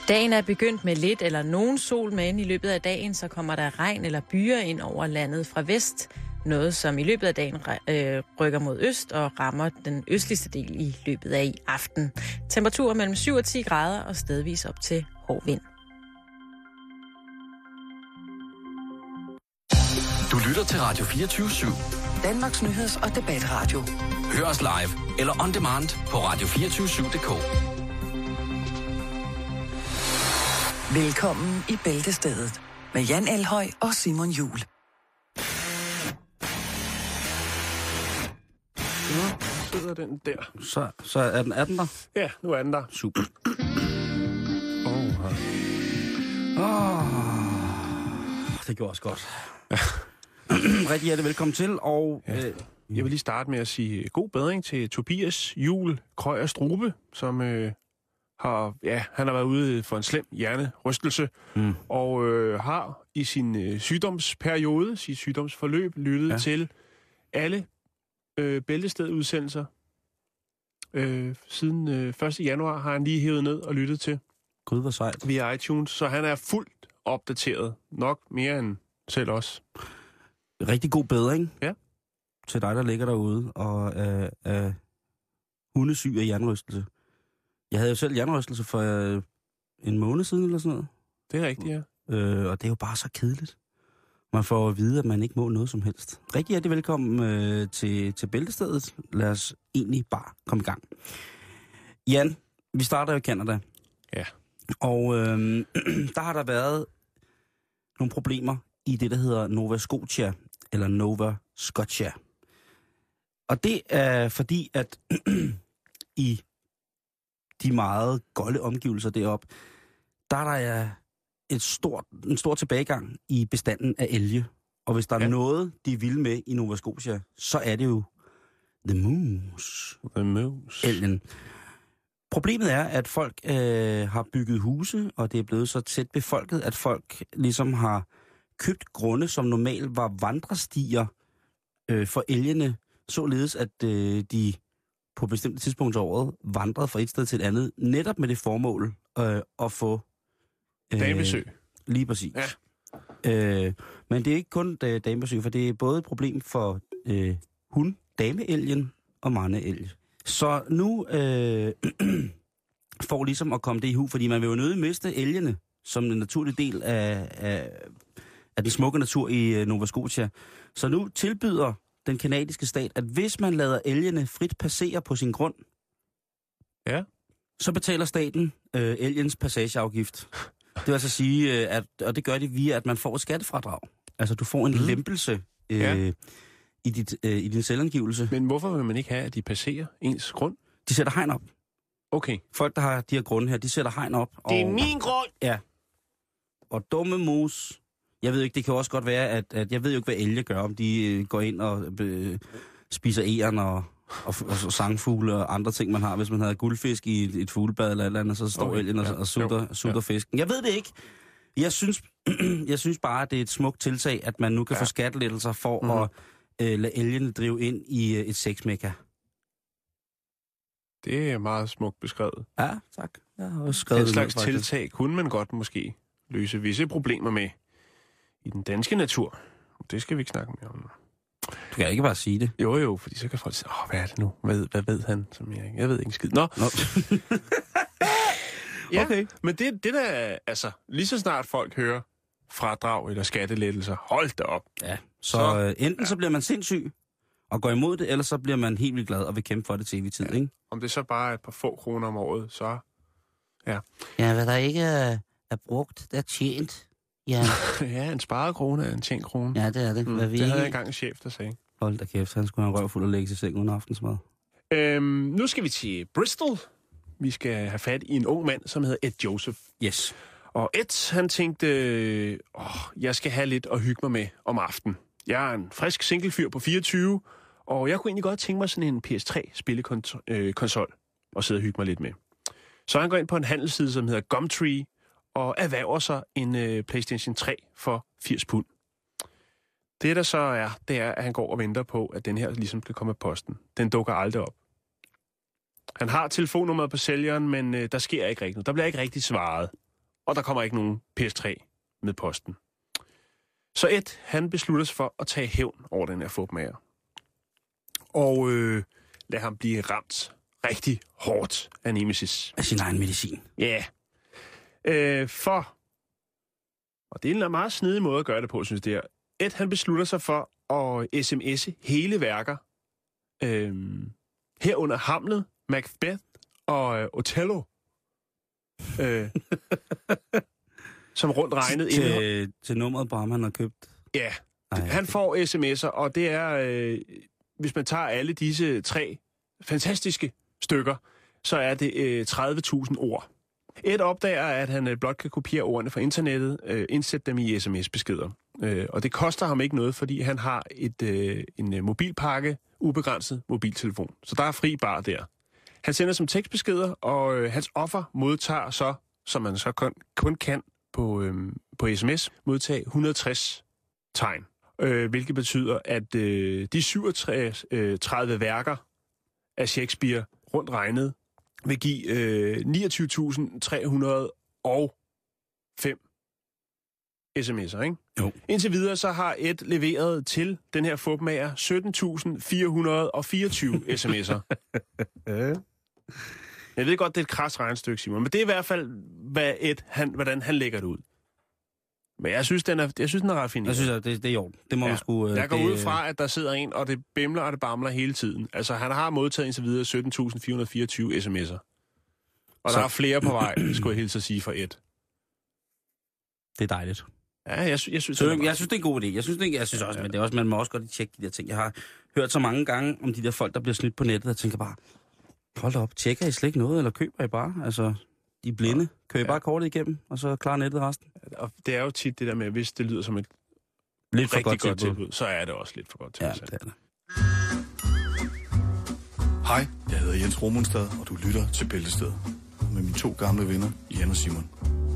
Dagen er begyndt med lidt eller nogen sol, men i løbet af dagen så kommer der regn eller byger ind over landet fra vest. Noget, som i løbet af dagen rykker mod øst og rammer den østligste del i løbet af i aften. Temperaturer mellem 7 og 10 grader og stedvis op til hård vind. Du lytter til Radio 24/7. Danmarks nyheds- og debatradio. Hør os live eller on demand på radio247.dk. Velkommen i Bæltestedet med Jan Elhøj og Simon Jul. Nu sidder den der. Så er den der? Ja, nu er den der. Super. Det gjorde også godt. Rigtig hjertelig velkommen til, og... Ja. Jeg vil lige starte med at sige god bedring til Tobias Juhl Krøyer Strube, som han har været ude for en slem hjernerystelse, og har i sin sygdomsperiode, sit sygdomsforløb, lyttet til alle Bæltested-udsendelser. Siden 1. januar har han lige hævet ned og lyttet til. Gud, hvor sejt. Via iTunes, så han er fuldt opdateret. Nok mere end selv os. Rigtig god bedring. Ja. Til dig, der ligger derude og er hundesyg af hjernerystelse. Jeg havde jo selv hjernerystelse for en måned siden eller sådan noget. Det er rigtigt, ja. Og det er jo bare så kedeligt. Man får at vide, at man ikke må noget som helst. Rigtig hjertelig velkommen til Bæltestedet. Lad os egentlig bare komme i gang. Jan, vi starter i Canada. Ja. Og der har der været nogle problemer i det, der hedder Nova Scotia, eller Nova Scotia. Og det er fordi, at i de meget golde omgivelser deroppe, der er en stor tilbagegang i bestanden af elge. Og hvis der er noget, de vil med i Nova Scotia, så er det jo the moose. Elgen. Problemet er, at folk har bygget huse, og det er blevet så tæt befolket, at folk ligesom har købt grunde, som normalt var vandrestier for elgene, således at de på bestemte tidspunkter af året vandrede fra et sted til et andet, netop med det formål at få... damebesøg. Lige præcis. Ja. Men det er ikke kun damebesøg, for det er både et problem for dameelgen og mandeelg. Så nu for ligesom at komme det i hu, fordi man vil jo nødig miste elgene som en naturlig del af den smukke natur i Nova Scotia. Så nu tilbyder den kanadiske stat, at hvis man lader elgene frit passere på sin grund, så betaler staten elgens passageafgift. Det vil altså sige, og det gør de via, at man får et skattefradrag. Altså du får en lempelse i din selvangivelse. Men hvorfor vil man ikke have, at de passerer ens grund? De sætter hegn op. Okay. Folk, der har de her grunde her, de sætter hegn op. Det er min grund! Ja. Og dumme mus. Jeg ved ikke, det kan også godt være, at jeg ved jo ikke, hvad elge gør, om de går ind og spiser egern og sangfugle og andre ting, man har. Hvis man havde guldfisk i et fuglebad eller et eller andet, så står elgen og sulter fisken. Jeg ved det ikke. Jeg synes bare, at det er et smukt tiltag, at man nu kan få skattelettelser for at lade elgene drive ind i et sexmekka. Det er meget smukt beskrevet. Ja, tak. Jeg har også skrevet den slags tiltag kunne man godt måske løse visse problemer med i den danske natur. Det skal vi ikke snakke mere om. Du kan ikke bare sige det. Jo, fordi så kan folk sige, hvad er det nu? Hvad ved han? Som jeg ved ikke en skid. Nå. Ja, okay. Men det der, altså, lige så snart folk hører fradrag eller skattelettelser, hold da op. Ja, så enten så bliver man sindssyg og går imod det, eller så bliver man helt vildt glad og vil kæmpe for det til evig tid, ikke? Om det så bare er et par få kroner om året, så Ja, hvad der ikke er brugt, der er tjent. Ja. Ja, en sparet krone er en tjent krone. Ja, det er det. Det havde jeg engang en chef, der sagde. Hold da kæft, han skulle have en røv fuld at lægge til seng uden aftensmad. Nu skal vi til Bristol. Vi skal have fat i en ung mand, som hedder Ed Joseph. Yes. Og Ed, han tænkte, jeg skal have lidt at hygge mig med om aftenen. Jeg er en frisk singlefyr på 24, og jeg kunne egentlig godt tænke mig sådan en PS3-spillekonsol og sidde og hygge mig lidt med. Så han går ind på en handelsside, som hedder Gumtree, og erhverver sig en PlayStation 3 for 80 pund. Det der så er, det er, at han går og venter på, at den her ligesom skal komme af posten. Den dukker aldrig op. Han har telefonnummeret på sælgeren, men der sker ikke rigtig noget. Der bliver ikke rigtig svaret. og der kommer ikke nogen PS3 med posten. Så Ed, han beslutter sig for at tage hævn over den her fupmager. Og lad ham blive ramt rigtig hårdt af Nemesis. Af sin egen medicin. Ja. Og det er en meget snedig måde at gøre det på, synes jeg. Ed, han beslutter sig for at sms'e hele værker. Herunder Hamlet, Macbeth og Othello. Som rundt regnet til nummeret på ham, han har købt. Ja, han får sms'er, og det er, hvis man tager alle disse 3 fantastiske stykker, så er det 30.000 ord. Ed opdager, at han blot kan kopiere ordene fra internettet, indsætte dem i sms-beskeder. Og det koster ham ikke noget, fordi han har en mobilpakke, ubegrænset mobiltelefon. Så der er fri bar der. Han sender som tekstbeskeder, og hans offer modtager så, som man så kun kan på sms, modtage 160 tegn. Hvilket betyder, at de 37 værker af Shakespeare rundt regnet vil give 29.305 sms'er, ikke? Jo. Indtil videre så har Ed leveret til den her fupmager 17.424 sms'er. Jeg ved godt, det er et kras regnestykke, Simon, men det er i hvert fald, hvordan han lægger det ud. Men jeg synes, den er ret fin. Jeg synes, det er jo. Det må man sgu... Jeg går ud fra, at der sidder en, og det bimler og det bamler hele tiden. Altså, han har modtaget indtil videre 17.424 sms'er. Og der er flere på vej, skulle jeg hilse at sige, for Ed. Det er dejligt. Ja, jeg synes, det er en god idé. Jeg synes også, men det er også, man må også godt tjekke de der ting. Jeg har hørt så mange gange om de der folk, der bliver snydt på nettet, og tænker bare, hold da op, tjekker I slet ikke noget, eller køber I bare? Altså, de er blinde. Køber I bare kortet igennem, og så klarer nettet resten? Og det er jo tit det der med, hvis det lyder som et lidt for rigtig godt tilbud, så er det også lidt for godt tilbud. Ja, det er det. Hej, jeg hedder Jens Romonstad, og du lytter til Bæltestedet. Med mine 2 gamle venner, Jan og Simon.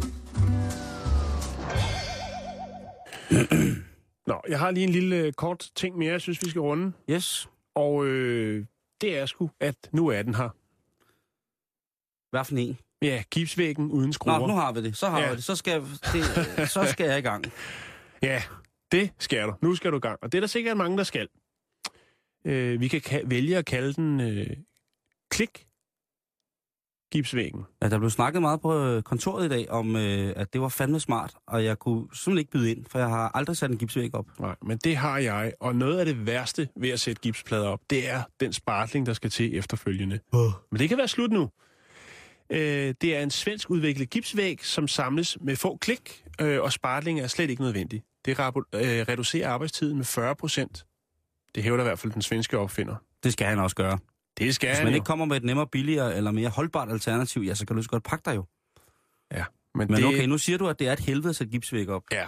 Nå, jeg har lige en lille kort ting mere, jeg synes, vi skal runde. Yes. Og det er sgu, at nu er den her. Hvad for en? Ja, gipsvæggen uden skruer. Nå, nu har vi det. Så har vi det. Så skal jeg i gang. Ja, det skal du. Nu skal du i gang. Og det er der sikkert mange, der skal. Vi kan vælge at kalde den klik. Gipsvæggen. Ja, der blev snakket meget på kontoret i dag om, at det var fandme smart, og jeg kunne simpelthen ikke byde ind, for jeg har aldrig sat en gipsvæg op. Nej, men det har jeg, og noget af det værste ved at sætte gipsplader op, det er den spartling, der skal til efterfølgende. Men det kan være slut nu. Det er en svensk udviklet gipsvæg, som samles med få klik, og spartling er slet ikke nødvendig. Det reducerer arbejdstiden med 40%. Det hævder i hvert fald den svenske opfinder. Det skal han også gøre. Det skal han. Hvis man ikke kommer med et nemmere, billigere eller mere holdbart alternativ, ja, så kan du så godt pakke dig jo. Ja. Men okay, nu siger du, at det er et helvede at sætte gipsvæg op. Ja.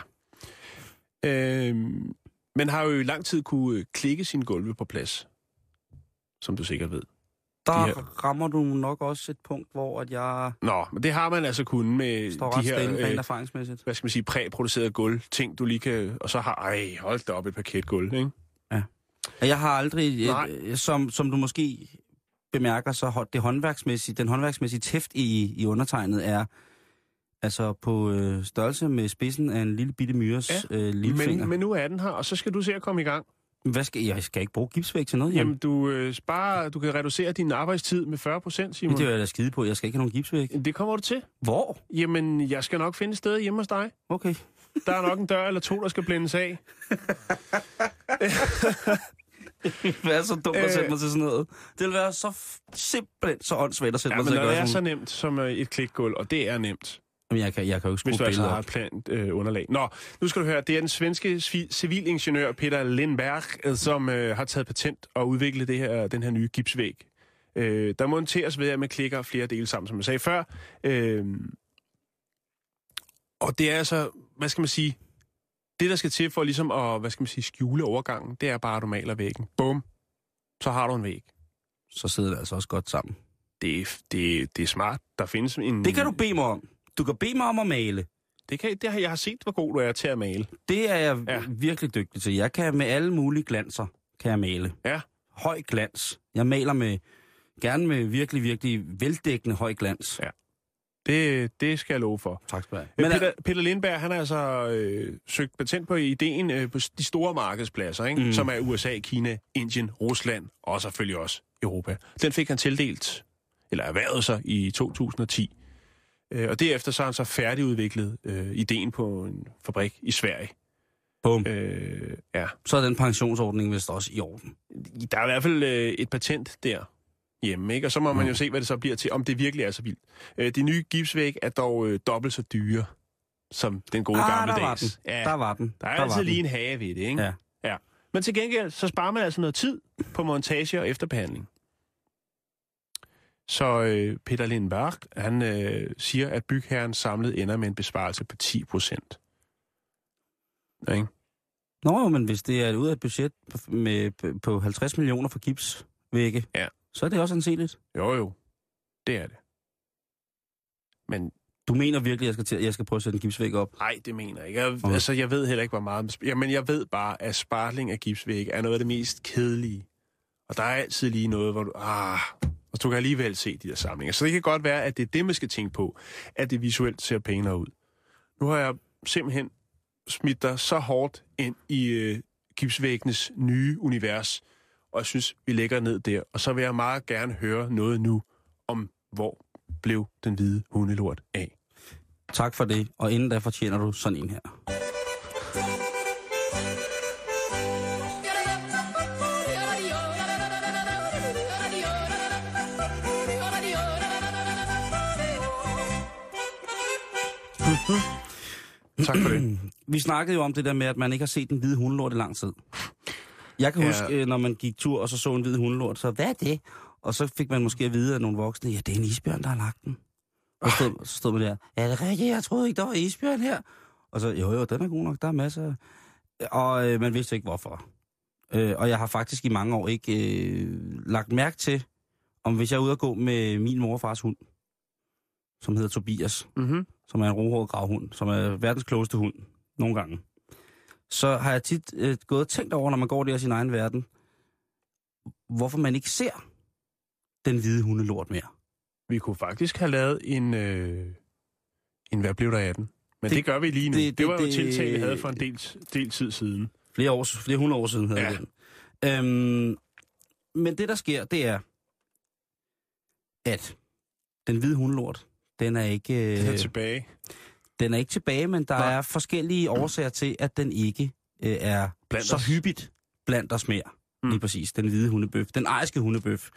Man har jo i lang tid kunne klikke sine gulve på plads, som du sikkert ved. Der rammer du nok også et punkt, hvor at jeg... Nå, men det har man altså kunnet med står de her, rent erfaringsmæssigt. Hvad skal man sige, præproducerede gulv, ting du lige kan... Og så har, hold da op, et paketgulv, ikke? Ja. Jeg har aldrig, som du måske bemærker, så den håndværksmæssige tæft i undertegnet er altså på størrelse med spidsen af en lille bitte myres lillefinger. Men nu er den her, og så skal du se at komme i gang. Jeg skal ikke bruge gipsvæg til noget. Jamen, du kan reducere din arbejdstid med 40%, Simon. Men det er jeg da skide på. Jeg skal ikke have nogen gipsvæg. Det kommer du til. Hvor? Jamen, jeg skal nok finde et sted hjemme hos dig. Okay. Der er nok en dør eller 2, der skal blændes af. Hvad er så dumt at sætte mig til sådan noget? Det vil være så simpelthen så åndssvagt at sætte mig til at gøre sådan. sådan. Det er så nemt som et klikgulv, og det er nemt. Jamen, jeg kan jo ikke skrue hvis du altså billeder har et plant underlag. Nå, nu skal du høre, det er den svenske civilingeniør Peter Lindberg, som har taget patent og udviklet den her nye gipsvæg. Der monteres ved, at man klikker flere dele sammen, som jeg sagde før. Og det er altså, hvad skal man sige, det der skal til for ligesom at, skjule overgangen, det er bare, at du maler væggen. Bum, så har du en væg. Så sidder det altså også godt sammen. Det er smart. Der findes en... Det kan du bede mig om. Du kan bede mig om at male. Jeg har set, hvor god du er til at male. Det er jeg virkelig dygtig til. Jeg kan med alle mulige glanser, kan jeg male. Ja. Høj glans. Jeg maler gerne med virkelig, virkelig veldækkende høj glans. Ja. Det skal jeg love for. Tak skal du have. Peter Lindberg, han har altså søgt patent på ideen på de store markedspladser, ikke? Som er USA, Kina, Indien, Rusland og selvfølgelig også Europa. Den fik han tildelt, eller erhvervet sig i 2010. Og derefter så har han så færdigudviklet ideen på en fabrik i Sverige. Bum. Ja. Så er den pensionsordning vist også i orden. Der er i hvert fald et patent der hjemme, ikke? Og så må man jo se, hvad det så bliver til, om det virkelig er så vildt. De nye gipsvæg er dog dobbelt så dyre, som den gode gamle dags. Der var den. Der er altid lige en hage ved det, ikke? Ja. Men til gengæld, så sparer man altså noget tid på montage og efterbehandling. Så Peter Lindberg, han siger, at bygherren samlet ender med en besparelse på 10%. Ja, ikke? Nå, men hvis det er ud af et budget på 50 millioner for gipsvægge, så er det også anseligt. Jo. Det er det. Men du mener virkelig, at jeg skal prøve at sætte en gipsvæg op? Nej, det mener jeg ikke. Altså, jeg ved heller ikke, hvor meget... Men jeg ved bare, at spartling af gipsvæg er noget af det mest kedelige. Og der er altid lige noget, hvor du... Og du kan alligevel se de der samlinger. Så det kan godt være, at det er det, man skal tænke på, at det visuelt ser pænere ud. Nu har jeg simpelthen smidt dig så hårdt ind i gipsvæggenes nye univers, og jeg synes, vi lægger ned der. Og så vil jeg meget gerne høre noget nu om, hvor blev den hvide hundelort af. Tak for det, og inden da fortjener du sådan en her. Tak for det. Vi snakkede jo om det der med, at man ikke har set en hvide hundelort i lang tid. Jeg kan huske, når man gik tur, og så en hvid hundelort, så hvad er det? Og så fik man måske at vide af nogle voksne, ja, det er en isbjørn, der har lagt den. Og så stod man der, er det rigtigt? Jeg troede ikke, der var isbjørn her. Og så, jo, den er god nok, der er masser. Og man vidste ikke, hvorfor. Og jeg har faktisk i mange år ikke lagt mærke til, om hvis jeg er ude at gå med min mor og fars hund, som hedder Tobias, som er en rohåret gravhund, som er verdens klogeste hund, nogle gange. Så har jeg tit gået og tænkt over, når man går der i sin egen verden, hvorfor man ikke ser den hvide hundelort mere. Vi kunne faktisk have lavet en hvad blev der af den? Men det gør vi lige nu. Det var jo et tiltag, vi havde for en del tid siden. Flere hundrede år siden havde den. Men det, der sker, det er, at den hvide hundelort, den er ikke... Den er tilbage. Den er ikke tilbage, men der er forskellige årsager til, at den ikke er blandt så hyppigt blandt os mere. Lige præcis, den hvide hundebøf. Den ariske hundebøf.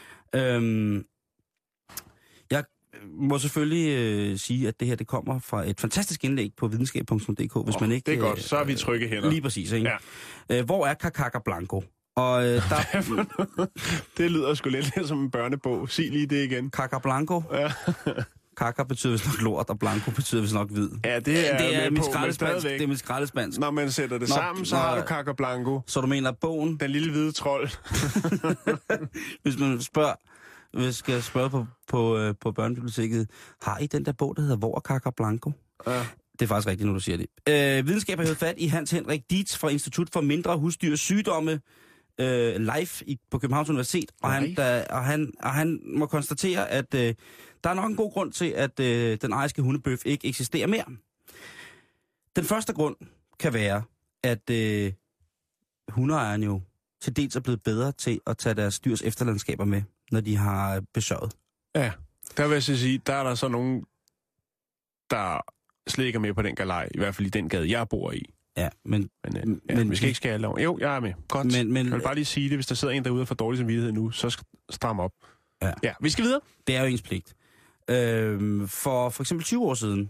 Jeg må selvfølgelig sige, at det her det kommer fra et fantastisk indlæg på videnskab.dk, hvis man ikke... Det er godt, så er vi trygge hænder. Lige præcis, ikke? Ja. Hvor er Cacaca Blanco? Og det lyder sgu lidt som en børnebog. Sig lige det igen. Cacaca Blanco? Ja. Caca betyder vist nok lort, og Blanco betyder vist nok hvid. Ja, det er mit skraldespansk. Det er mit skraldespansk. Når man sætter det sammen, så har du Cacaca Blanco. Så du mener bogen? Den lille hvide trold. Hvis man skal spørge på børnebiblioteket, har I den der bog, der hedder Hvor er Cacaca Blanco? Ja. Det er faktisk rigtigt, når du siger det. Videnskab har hørt fat i Hans Henrik Dietz fra Institut for Mindre Husdyrs Sygdomme live på Københavns Universitet, og han må konstatere, at der er nok en god grund til, at den ariske hundebøf ikke eksisterer mere. Den første grund kan være, at hundeejerne jo til dels er blevet bedre til at tage deres dyrs efterlandskaber med, når de har besøget. Ja, der vil jeg sige, der er der så nogen, der slet ikke er med på den galej, i hvert fald i den gade, jeg bor i. Ja, men vi skal ikke skære lov. Jo, jeg er med. Godt. Jeg vil bare lige sige det, hvis der sidder en derude og får dårlig samvittighed nu, så stram op. Ja, vi skal videre. Det er jo ens pligt. For eksempel 20 år siden,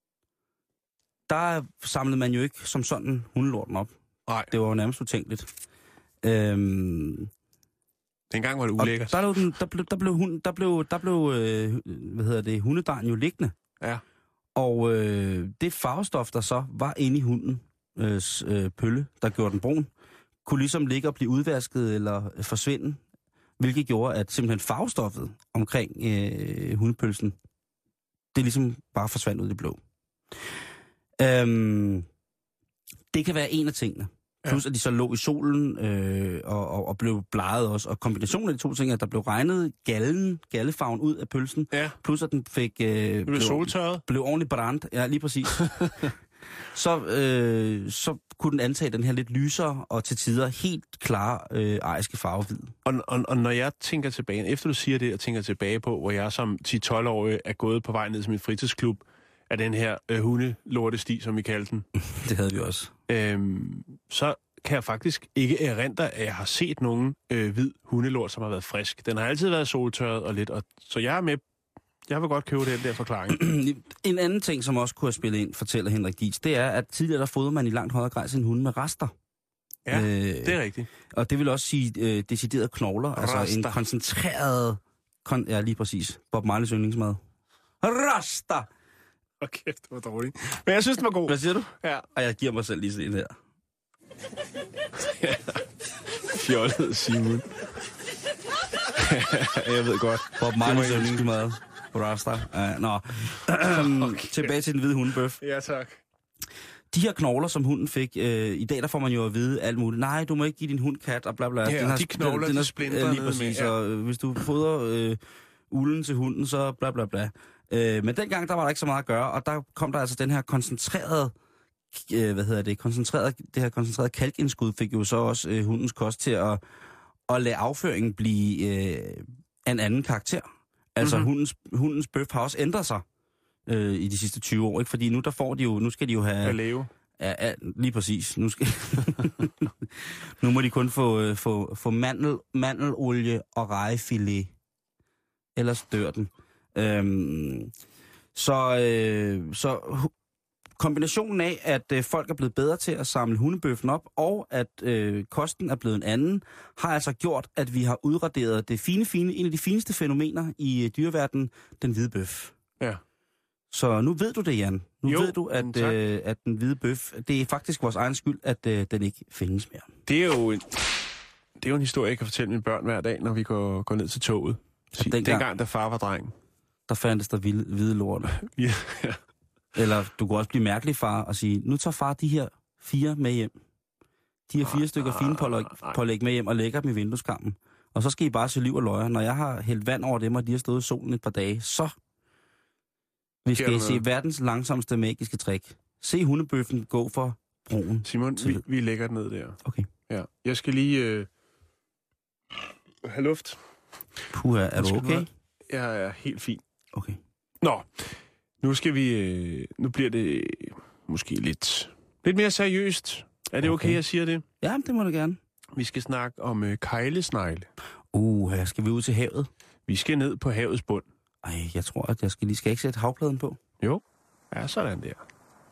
der samlede man jo ikke som sådan hundelorten op. Nej. Det var jo nærmest utænkeligt. Dengang var det ulækkert. Der blev hundedarn jo liggende. Ja. Og det farvestof, der så var inde i hundens pølle, der gjorde den brun, kunne ligesom ligge og blive udvasket eller forsvinde, hvilket gjorde, at simpelthen farvestoffet omkring hundepølsen, det ligesom bare forsvandt ud i det blå. Det kan være en af tingene. Plus at de så lå i solen og blev bleget også. Og kombinationen af de to ting er, at der blev regnet gallefarven ud af pølsen. Ja. Plus at den fik... blev soltørret. Blev ordentligt brændt. Ja, lige præcis. så kunne den antage den her lidt lysere og til tider helt klare ariske farve hvid. Og når jeg tænker tilbage, efter du siger det, og tænker tilbage på, hvor jeg som 10-12-årig er gået på vej ned til min fritidsklub, af den her hundelortesti, som vi kaldte den. Det havde vi også. Så kan jeg faktisk ikke erindre, at jeg har set nogen hvid hundelort, som har været frisk. Den har altid været soltørret og lidt, så jeg er med. Jeg vil godt købe den der forklaring. En anden ting, som også kunne have spillet ind, fortæller Henrik Dietz, det er, at tidligere der fodrede man i langt højere grad sin hunde med rester. Ja, det er rigtigt. Og det vil også sige deciderede knogler, Rester. altså en koncentreret... ja, lige præcis. Bob Marleys yndlingsmad. Rester! Okay, det var dårligt. Men jeg synes, den var god. Hvad siger du? Ja. Og jeg giver mig selv lige sådan en her. Ja. Fjollet Simon. Jeg ved godt. Bob Marleys yndlingsmad. Rasta. Okay. Tilbage til den hvide hundebøf. Ja, tak. De her knogler, som hunden fik, i dag der får man jo at vide alt muligt. Nej, du må ikke give din hund kat, og bla bla. Ja, de knogler, de splinter lige præcis, med. Ja. Og hvis du fodrer ulden til hunden, så bla bla bla. Men dengang, der var der ikke så meget at gøre, og der kom der altså den her koncentrerede, det her koncentrerede kalkindskud, fik jo så også hundens kost til at lade afføringen blive en anden karakter. Altså hundens bøf har også ændret sig i de sidste 20 år, ikke? Fordi nu skal de jo have... At leve. Ja, lige præcis. Nu må de kun få mandelolie og rejefilet. Ellers dør den. Så kombinationen af, at folk er blevet bedre til at samle hundebøffen op, og at kosten er blevet en anden, har altså gjort, at vi har udraderet en af de fineste fænomener i dyreverdenen, den hvide bøf. Ja. Så nu ved du det, Jan. Nu ved du, at den hvide bøf, det er faktisk vores egen skyld, at den ikke findes mere. Det er jo en historie, jeg kan fortælle mine børn hver dag, når vi går ned til toget. Dengang, da far var dreng. Der fandtes der hvide lorte. Ja. Eller du kunne også blive mærkelig, far, og sige, nu tager far de her 4 med hjem. De her 4 stykker finpålæg med hjem og lægger dem i vindueskampen. Og så skal I bare se liv og løjer. Når jeg har hældt vand over dem, og de har stået i solen et par dage, så vi skal se verdens langsomste magiske trick. Se hundebøffen gå for broen. Simon, vi lægger den ned der. Okay. Ja. Jeg skal lige have luft. Puha, er du okay? Jeg er helt fin. Okay. Nå, nu bliver det måske lidt mere seriøst. Er det okay, jeg siger det? Ja, det må du gerne. Vi skal snakke om keglesnegle. Her skal vi ud til havet. Vi skal ned på havets bund. Ej, jeg tror, at jeg skal ikke sætte havpladen på. Jo, ja, sådan der. Er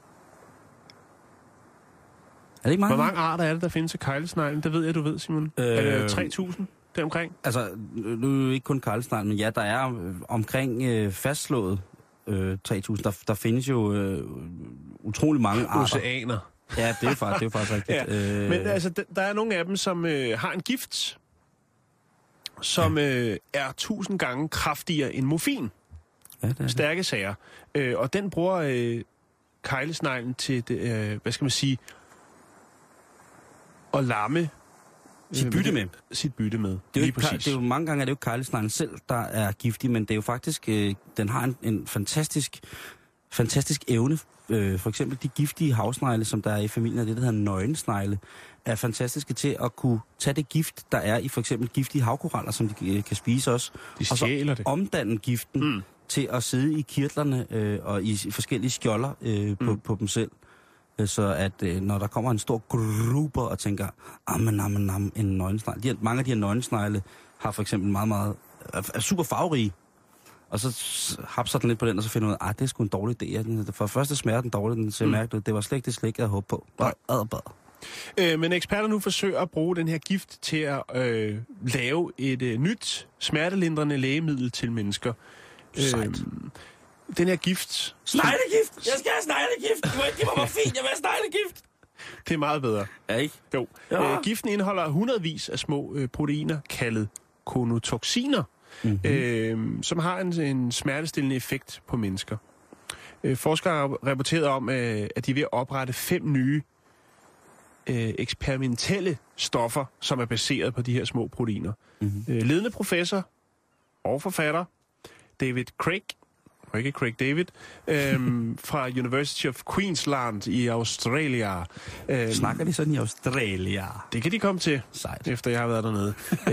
det ikke mange? Hvor mange arter er det, der findes af keglesneglen? Det ved jeg, du ved, Simon. Er det 3.000 deromkring? Altså, nu er det ikke kun keglesneglen, men ja, der er omkring fastslået 3.000. Der findes jo utrolig mange arter. Oceaner. Ja, det er faktisk rigtigt. Ja. Men altså, der er nogle af dem, som har en gift, som er 1000 gange kraftigere end morfin. Ja, det er stærke sager. Og den bruger keglesneglen til, hvad skal man sige, at lamme sit bytte med. Det er jo mange gange, er det jo keglesneglen selv, der er giftig, men det er jo faktisk, den har en fantastisk evne. For eksempel de giftige havsnegle, som der er i familien, det der hedder nøgensnegle, er fantastiske til at kunne tage det gift, der er i for eksempel giftige havkoraller, som de kan spise også. De stjæler det. Omdanne giften til at sidde i kirtlerne og i forskellige skjolder på dem selv. Så at når der kommer en stor gruppe og tænker, en nøgensnegle. Mange af de her nøgensnegle har for eksempel er super farverige. Og så hapser den lidt på den, og så finder man ud af, det er sgu en dårlig idé. For første smager den dårligt, den ser mærkeligt ud. Det var slet ikke det slik, jeg havde håbet på. Men eksperter nu forsøger at bruge den her gift til at lave et nyt smertelindrende lægemiddel til mennesker. Sejt. Den her gift... Sneglegift! Jeg skal have sneglegift! Du må ikke give mig morfin, jeg vil have sneglegift! Det er meget bedre. Ja, ikke? Jo. Ja. Giften indeholder hundredvis af små proteiner, kaldet konotoxiner, som har en smertestillende effekt på mennesker. Forskere har rapporteret om, at de er ved at oprette 5 nye eksperimentelle stoffer, som er baseret på de her små proteiner. Mm-hmm. Ledende professor og forfatter David Craig, ikke Craig David, fra University of Queensland i Australia. Snakker de sådan i Australia? Det kan de komme til, Sejt. efter jeg har været dernede.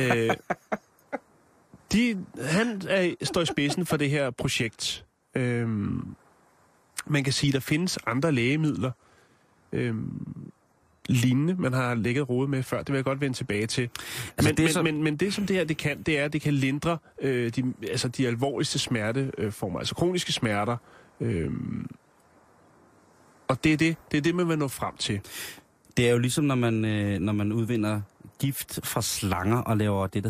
Han står i spidsen for det her projekt. Man kan sige, at der findes andre lægemidler, lignende, man har ligget rodet med før. Det vil jeg godt vende tilbage til. Altså, men det, som det her det kan, det er, at det kan lindre de alvorligste smerteformer, altså kroniske smerter. Og det er det, man vil nå frem til. Det er jo ligesom, når man udvinder gift fra slanger og laver det, der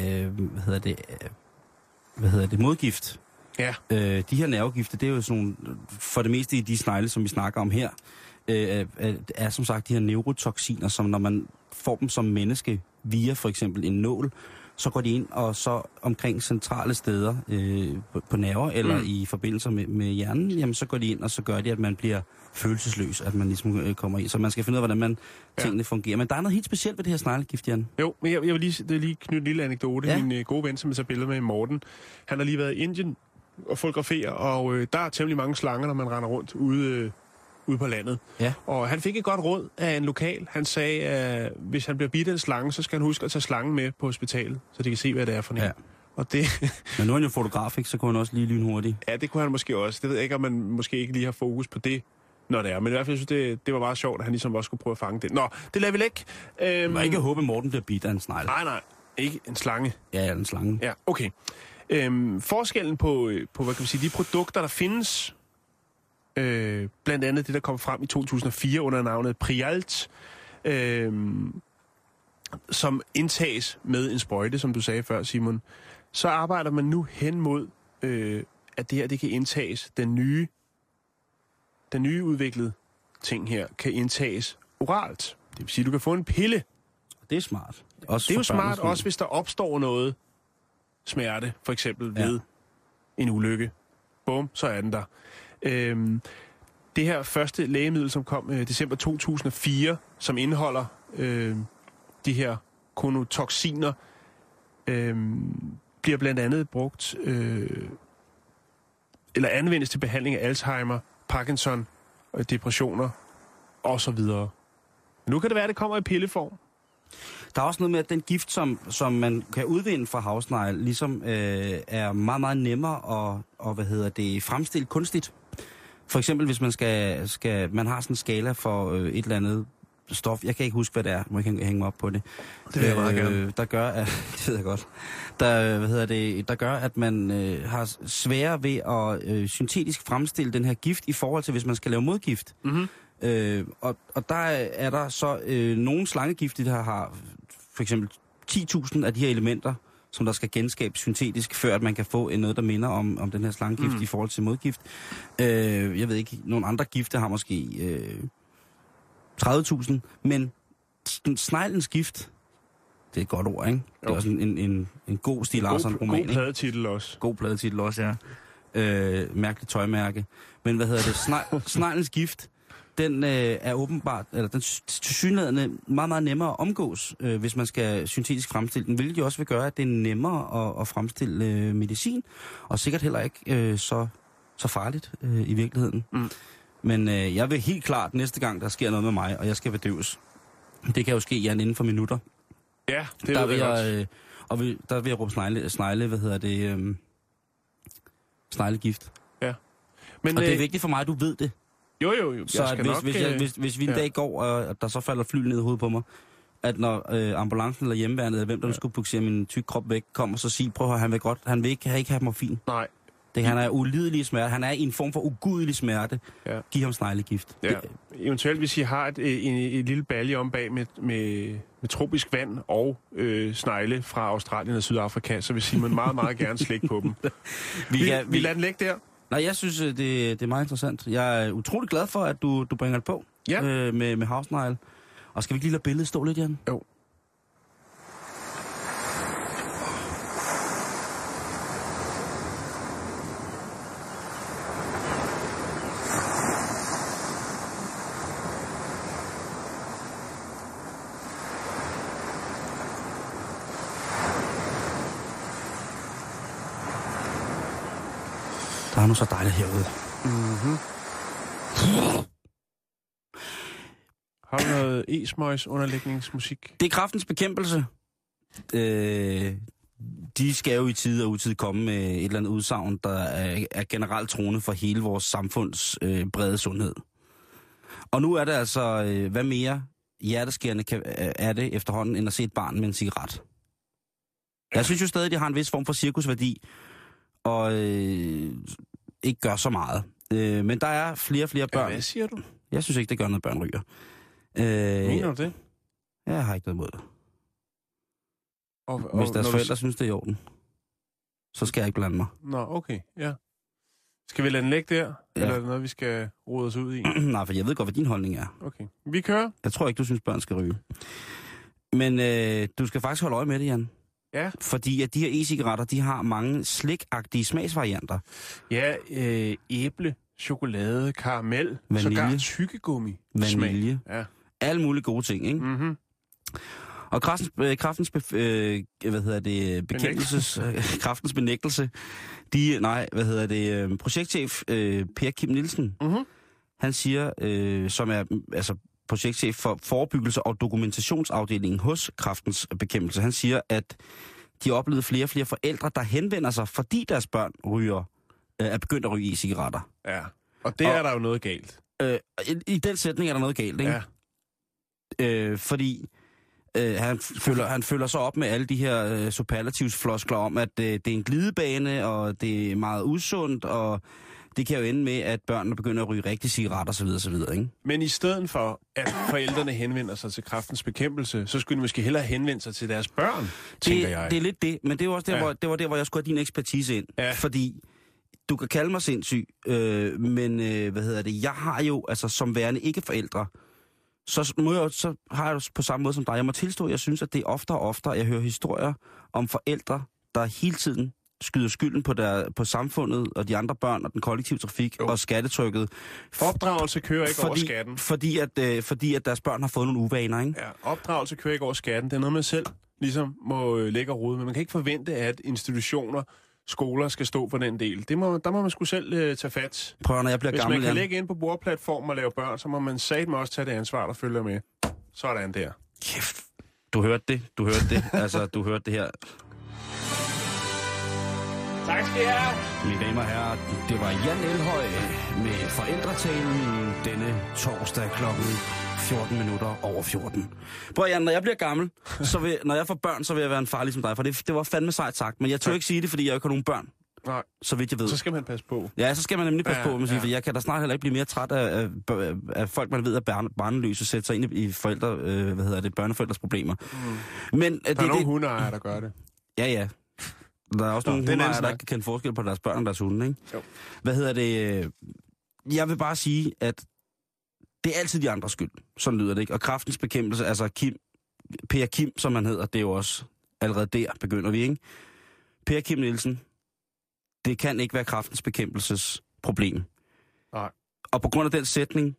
hedder modgift. Ja. De her nervegifte, det er jo sådan for det meste i de snegle, som vi snakker om her, er som sagt de her neurotoxiner, som når man får dem som menneske via for eksempel en nål, så går de ind og så omkring centrale steder på nerver eller i forbindelse med hjernen, jamen så går de ind og så gør de, at man bliver følelsesløs, at man ligesom kommer i. Så man skal finde ud af, hvordan tingene fungerer. Men der er noget helt specielt ved det her sneglegift, Jan. Jo, men jeg vil lige knytte en lille anekdote. Ja. Min gode ven, som jeg tager billeder med, Morten, han har lige været i Indien og fotograferer, og der er temmelig mange slanger, når man render rundt ude på landet. Ja. Og han fik et godt råd af en lokal. Han sagde, at hvis han bliver bidt af en slange, så skal han huske at tage slangen med på hospitalet, så de kan se, hvad det er for en. Ja. Og det... Men nu er han jo fotograf, ikke? Så kunne han også lige lynhurtigt. Ja, det kunne han måske også. Det ved jeg ikke, om man måske ikke lige har fokus på det, når det er. Men i hvert fald synes det var bare sjovt, at han ligesom også skulle prøve at fange det. Nå, det lader vi ikke. Man må ikke håbe, at Morten bliver bidt af en snegle. Nej. Ikke en slange. Ja, en slange. Ja, okay. Forskellen på, hvad kan man sige, de produkter, der findes, blandt andet det, der kom frem i 2004 under navnet Prialt, som indtages med en sprøjte, som du sagde før, Simon, så arbejder man nu hen mod, at det her det kan indtages, den nye udviklede ting her, kan indtages oralt. Det vil sige, at du kan få en pille. Det er smart. Det er jo smart, også hvis der opstår noget smerte, for eksempel ved en ulykke. Bum, så er den der. Det her første lægemiddel, som kom december 2004, som indeholder de her konotoxiner, bliver blandt andet brugt eller anvendes til behandling af Alzheimer, Parkinson, depressioner osv. Nu kan det være, at det kommer i pilleform. Der er også noget med, at den gift, som man kan udvinde fra havsnegle, ligesom er meget, meget nemmere at fremstille kunstigt. For eksempel, hvis man man har sådan en skala for et eller andet stof. Jeg kan ikke huske, hvad det er. Man kan hænge mig op på det. Det vil jeg meget gerne. Der gør, at, det ved jeg godt. Der gør, at man har sværere ved at syntetisk fremstille den her gift i forhold til, hvis man skal lave modgift. Mm-hmm. Og der er der så nogle slangegifte, der har for eksempel 10.000 af de her elementer, som der skal genskabes syntetisk, før at man kan få noget, der minder om den her slangegift i forhold til modgift. Jeg ved ikke, nogle andre gifte har måske 30.000, men sneglens gift, det er et godt ord, ikke? Det er også en god Stig Larsson-roman. God pladetitel også. God pladetitel også, ja. Mærkeligt tøjmærke. Men sneglens gift, den er åbenbart, eller den tilsyneladende meget, meget nemmere at omgås, hvis man skal syntetisk fremstille den, hvilket jo også vil gøre, at det er nemmere at fremstille medicin, og sikkert heller ikke så farligt i virkeligheden. Mm. Men jeg vil helt klart næste gang, der sker noget med mig, og jeg skal bedøves. Det kan jo ske, Jan, inden for minutter. Ja, det der ved jeg også. Der vil jeg råbe sneglegift. Ja. Men, og det er vigtigt for mig, at du ved det. Jo. Så hvis vi en dag går, og der så falder fly ned i hovedet på mig, at når ambulancen eller hjemmeværnet, eller hvem der skulle buksere min tyk krop væk, kommer så sige, prøv at høre, han vil ikke have morfin. Nej. Han er ulidelig smerte. Han er i en form for ugudelig smerte. Ja. Giv ham sneglegift. Ja. Eventuelt, hvis I har et lille balje om bag med tropisk vand og snegle fra Australien og Sydafrika, så vil Simon meget, meget gerne slikke på dem. Vi lader den ligge der. Nej, jeg synes, det er meget interessant. Jeg er utrolig glad for, at du bringer det på med havsnegle. Og skal vi ikke lige lade billedet stå lidt, Jan? Jo. Der er nu så dejligt herude. Mm-hmm. Har du noget e-smøjs underlægningsmusik? Det er Kræftens Bekæmpelse. De skal jo i tid og utid komme med et eller andet udsagn, der er generelt troende for hele vores samfunds brede sundhed. Og nu er det altså, hvad mere hjerteskærende er det efterhånden, end at se et barn med en cigaret. Jeg synes jo stadig, at de har en vis form for cirkusværdi, og ikke gør så meget. Men der er flere og flere børn. Hvad siger du? Jeg synes ikke, det gør noget, børn ryger. Mener du det? Jeg har ikke noget imod det. Og hvis deres forældre synes, det er i orden, så skal jeg ikke blande mig. Nå, okay, ja. Skal vi lade den ligge der? Ja. Eller er det noget, vi skal rode os ud i? Nej, for jeg ved godt, hvad din holdning er. Okay, vi kører. Jeg tror ikke, du synes, børn skal ryge. Men du skal faktisk holde øje med det, Jan. Ja. Fordi at de her e-cigaretter, de har mange slikagtige smagsvarianter. Ja, æble, chokolade, karamel, vanilje, sågar tykkegummi. Vanilje. Ja. Alle mulige gode ting, ikke? Mhm. Og kræftens benægtelse, projektchef Per Kim Nielsen, han siger, som er altså projektchef for forebyggelse og dokumentationsafdelingen hos Kræftens Bekæmpelse, han siger, at de har oplevet flere og flere forældre, der henvender sig, fordi deres børn er begyndt at ryge e-cigaretter. Ja, og det er der jo noget galt. I den sætning er der noget galt, ikke? Ja. Fordi han følger så op med alle de her superlativsfloskler om, at det er en glidebane, og det er meget usundt, og det kan jo ende med, at børnene begynder at ryge rigtige cigaretter osv. ikke? Men i stedet for, at forældrene henvender sig til Kræftens Bekæmpelse, så skulle de måske hellere henvende sig til deres børn, tænker jeg. Det er lidt det, men det var også der, det var der, hvor jeg skulle have din ekspertise ind. Ja. Fordi du kan kalde mig sindssyg, men jeg har jo, altså som værende ikke forældre, så har jeg på samme måde som dig. Jeg må tilstå, at jeg synes, at det er oftere og oftere, jeg hører historier om forældre, der hele tiden skyder skylden på samfundet og de andre børn og den kollektive trafik og skattetrykket. Opdragelse kører ikke over skatten. Fordi at deres børn har fået nogle uvaner, ikke? Ja, opdragelse kører ikke over skatten. Det er noget, man selv ligesom må lægge og rode. Men man kan ikke forvente, at institutioner, skoler skal stå for den del. Der må man sgu selv tage fat. Prøv, når jeg bliver Hvis gammel, man kan lægge ind på bordplatform og lave børn, så må man satme også tage det ansvar, der følger med. Sådan der. Kæft. Du hørte det. Altså, du hørte det her. Tak skal I have. Mine damer og herrer, det var Jan Elhøj med forældretalen denne torsdag klokken 14:14. Prøv Jan, når jeg bliver gammel, når jeg får børn, så vil jeg være en far ligesom dig, for det var fandme sejt sagt, men jeg tør ikke sige det, fordi jeg ikke har nogen børn. Nej. Så vidt jeg ved. Så skal man passe på. Ja, så skal man nemlig passe på, for jeg kan da snart heller ikke blive mere træt af folk, man ved er barnløse, sætte sig ind i børneforældres problemer. Men der er nogle hundeejere, der gør det. Ja. Der er også nogle hundeejere, der ikke kan kende forskel på deres børn og deres hunde, ikke? Jo. Jeg vil bare sige, at det er altid de andres skyld. Sådan lyder det, ikke? Og Kræftens Bekæmpelse, altså Per Kim, som han hedder, det er jo også allerede der begynder vi, ikke? Per Kim Nielsen, det kan ikke være Kræftens Bekæmpelses problem. Nej. Og på grund af den sætning,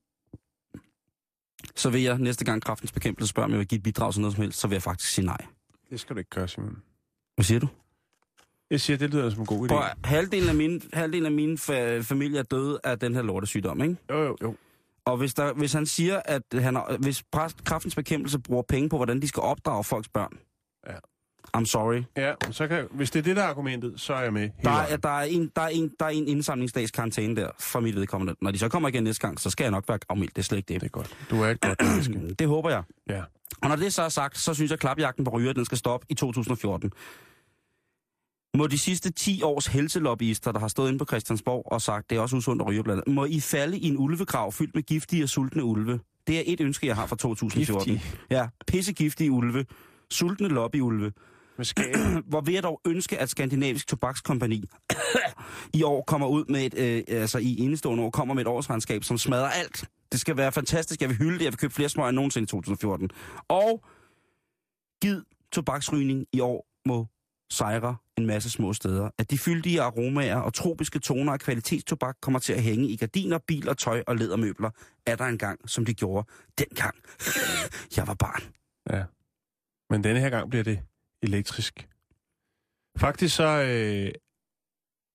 så vil jeg næste gang Kræftens Bekæmpelse spørger, om jeg vil give et bidrag til noget som helst, så vil jeg faktisk sige nej. Det skal du ikke gøre, Simon. Hvad siger du? Jeg siger, det lyder som en god idé. Halvdelen af min familie er døde af den her lortesygdom, ikke? Jo. Og hvis han siger, at hvis Kræftens Bekæmpelse bruger penge på, hvordan de skal opdrage folks børn. Ja. I'm sorry. Ja, så hvis det er det, der er argumentet, så er jeg med. Der er en indsamlingsdags karantæne der, for mit vedkommende. Når de så kommer igen næste gang, så skal jeg nok være gavmild. Det er slet ikke det. Det er godt. Du er et godt menneske. Det håber jeg. Ja. Og når det så er sagt, så synes jeg, at klapjagten på ryger, den skal stoppe i 2014. Må de sidste 10 års helselobbyister, der har stået inde på Christiansborg og sagt, det er også usundt at ryge blandt andet, må I falde i en ulvegrav fyldt med giftige og sultne ulve. Det er et ønske, jeg har fra 2014. Giftige. Ja, pissegiftige ulve. Sultne lobbyulve. Hvor vil jeg dog ønske, at Skandinavisk Tobakskompagni i år kommer ud med i enestående år kommer med et årsregnskab, som smadrer alt. Det skal være fantastisk. Jeg vil hylde det. Jeg vil købe flere smøger end nogensinde i 2014. Og giv tobaksrygning i år må sejre en masse små steder. At de fyldige aromaer og tropiske toner af kvalitetstobak kommer til at hænge i gardiner, biler, tøj og lædermøbler, er der engang, som de gjorde dengang. Jeg var barn. Ja. Men denne her gang bliver det elektrisk. Faktisk så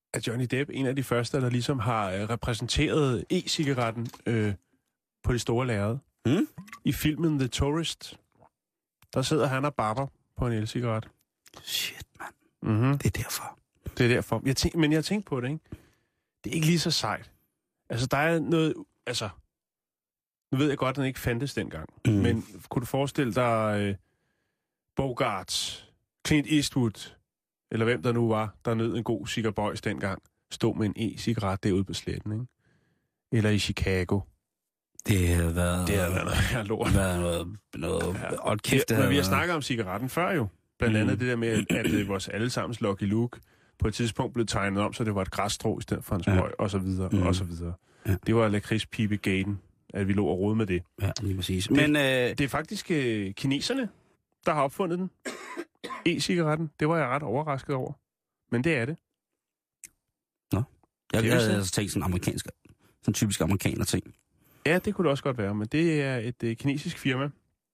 er Johnny Depp en af de første, der ligesom har repræsenteret e-cigaretten på det store lærred. Mm? I filmen The Tourist, der sidder han og barber på en el-cigaret. Shit, mand. Mm-hmm. Det er derfor. Det er derfor. Men jeg tænkte på det, ikke? Det er ikke lige så sejt. Altså, der er noget... Altså, nu ved jeg godt, at den ikke fandtes dengang. Men kunne du forestille dig Bogart, Clint Eastwood, eller hvem der nu var, der nød en god cigarettbøjs dengang, stod med en e-cigaret derude på sletten, ikke? Eller i Chicago. Det har været noget her lort. Og kæft, men vi har snakket om cigaretten før jo. Blandt andet det der med, at vores allesammens Lucky Luke på et tidspunkt blev tegnet om, så det var et græsstrå i stedet for en smøg, og så videre, og så videre. Ja. Det var lakridspibe-gaten, at vi lå og rode med det. Ja, lige præcis. Men det er faktisk kineserne, der har opfundet den. E-cigaretten. Det var jeg ret overrasket over. Men det er det. Nå. Jeg havde altså tænkt sådan typisk amerikaner ting. Ja, det kunne det også godt være, men det er et kinesisk firma,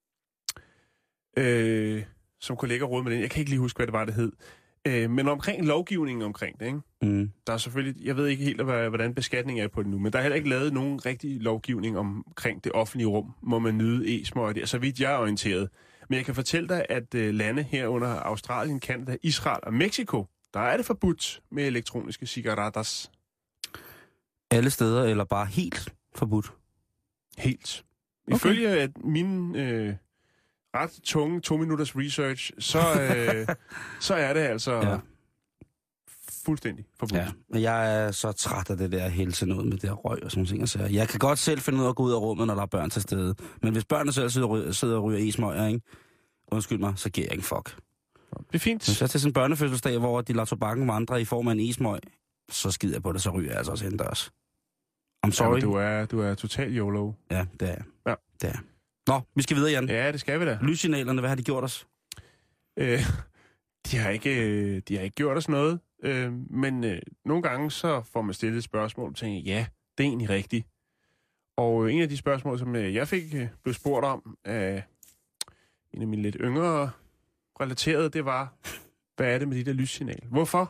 som kunne lægge råd med den. Jeg kan ikke lige huske, hvad det var, det hed. Men omkring lovgivningen omkring det, ikke? Mm. Der er selvfølgelig, jeg ved ikke helt, hvordan beskatningen er på det nu, men der er heller ikke lavet nogen rigtig lovgivning omkring det offentlige rum, må man nyde e-smøger der, så vidt jeg er orienteret. Men jeg kan fortælle dig, at lande herunder Australien, Canada, Israel og Mexico, der er det forbudt med elektroniske cigaretter. Alle steder, eller bare helt forbudt? Helt. Okay. Ifølge at min ret tunge 2 minutters research, så er det altså fuldstændig forbudt. Ja, men jeg er så træt af det der helse noget med det der røg og sådan ting. Så jeg kan godt selv finde ud af at gå ud af rummet, når der er børn til stede. Men hvis børnene selv sidder og ryger e-smøger, ikke? Undskyld mig, så giver jeg ikke fuck. Det er fint. Hvis jeg til sådan en børnefødselsdag, hvor de lader tobakken vandre i form af en e-smøg, så skider jeg på det, så ryger jeg altså også indendørs. I'm sorry. Ja, du er total YOLO. Ja, det er jeg. Ja. Det er. Nå, vi skal videre, Jan. Ja, det skal vi da. Lyssignalerne, hvad har de gjort os? De har ikke gjort os noget. Men nogle gange så får man stillet et spørgsmål og tænker, ja, det er egentlig rigtigt. Og en af de spørgsmål, som jeg blev spurgt om af en af mine lidt yngre relaterede, det var, hvad er det med de der lyssignal? Hvorfor?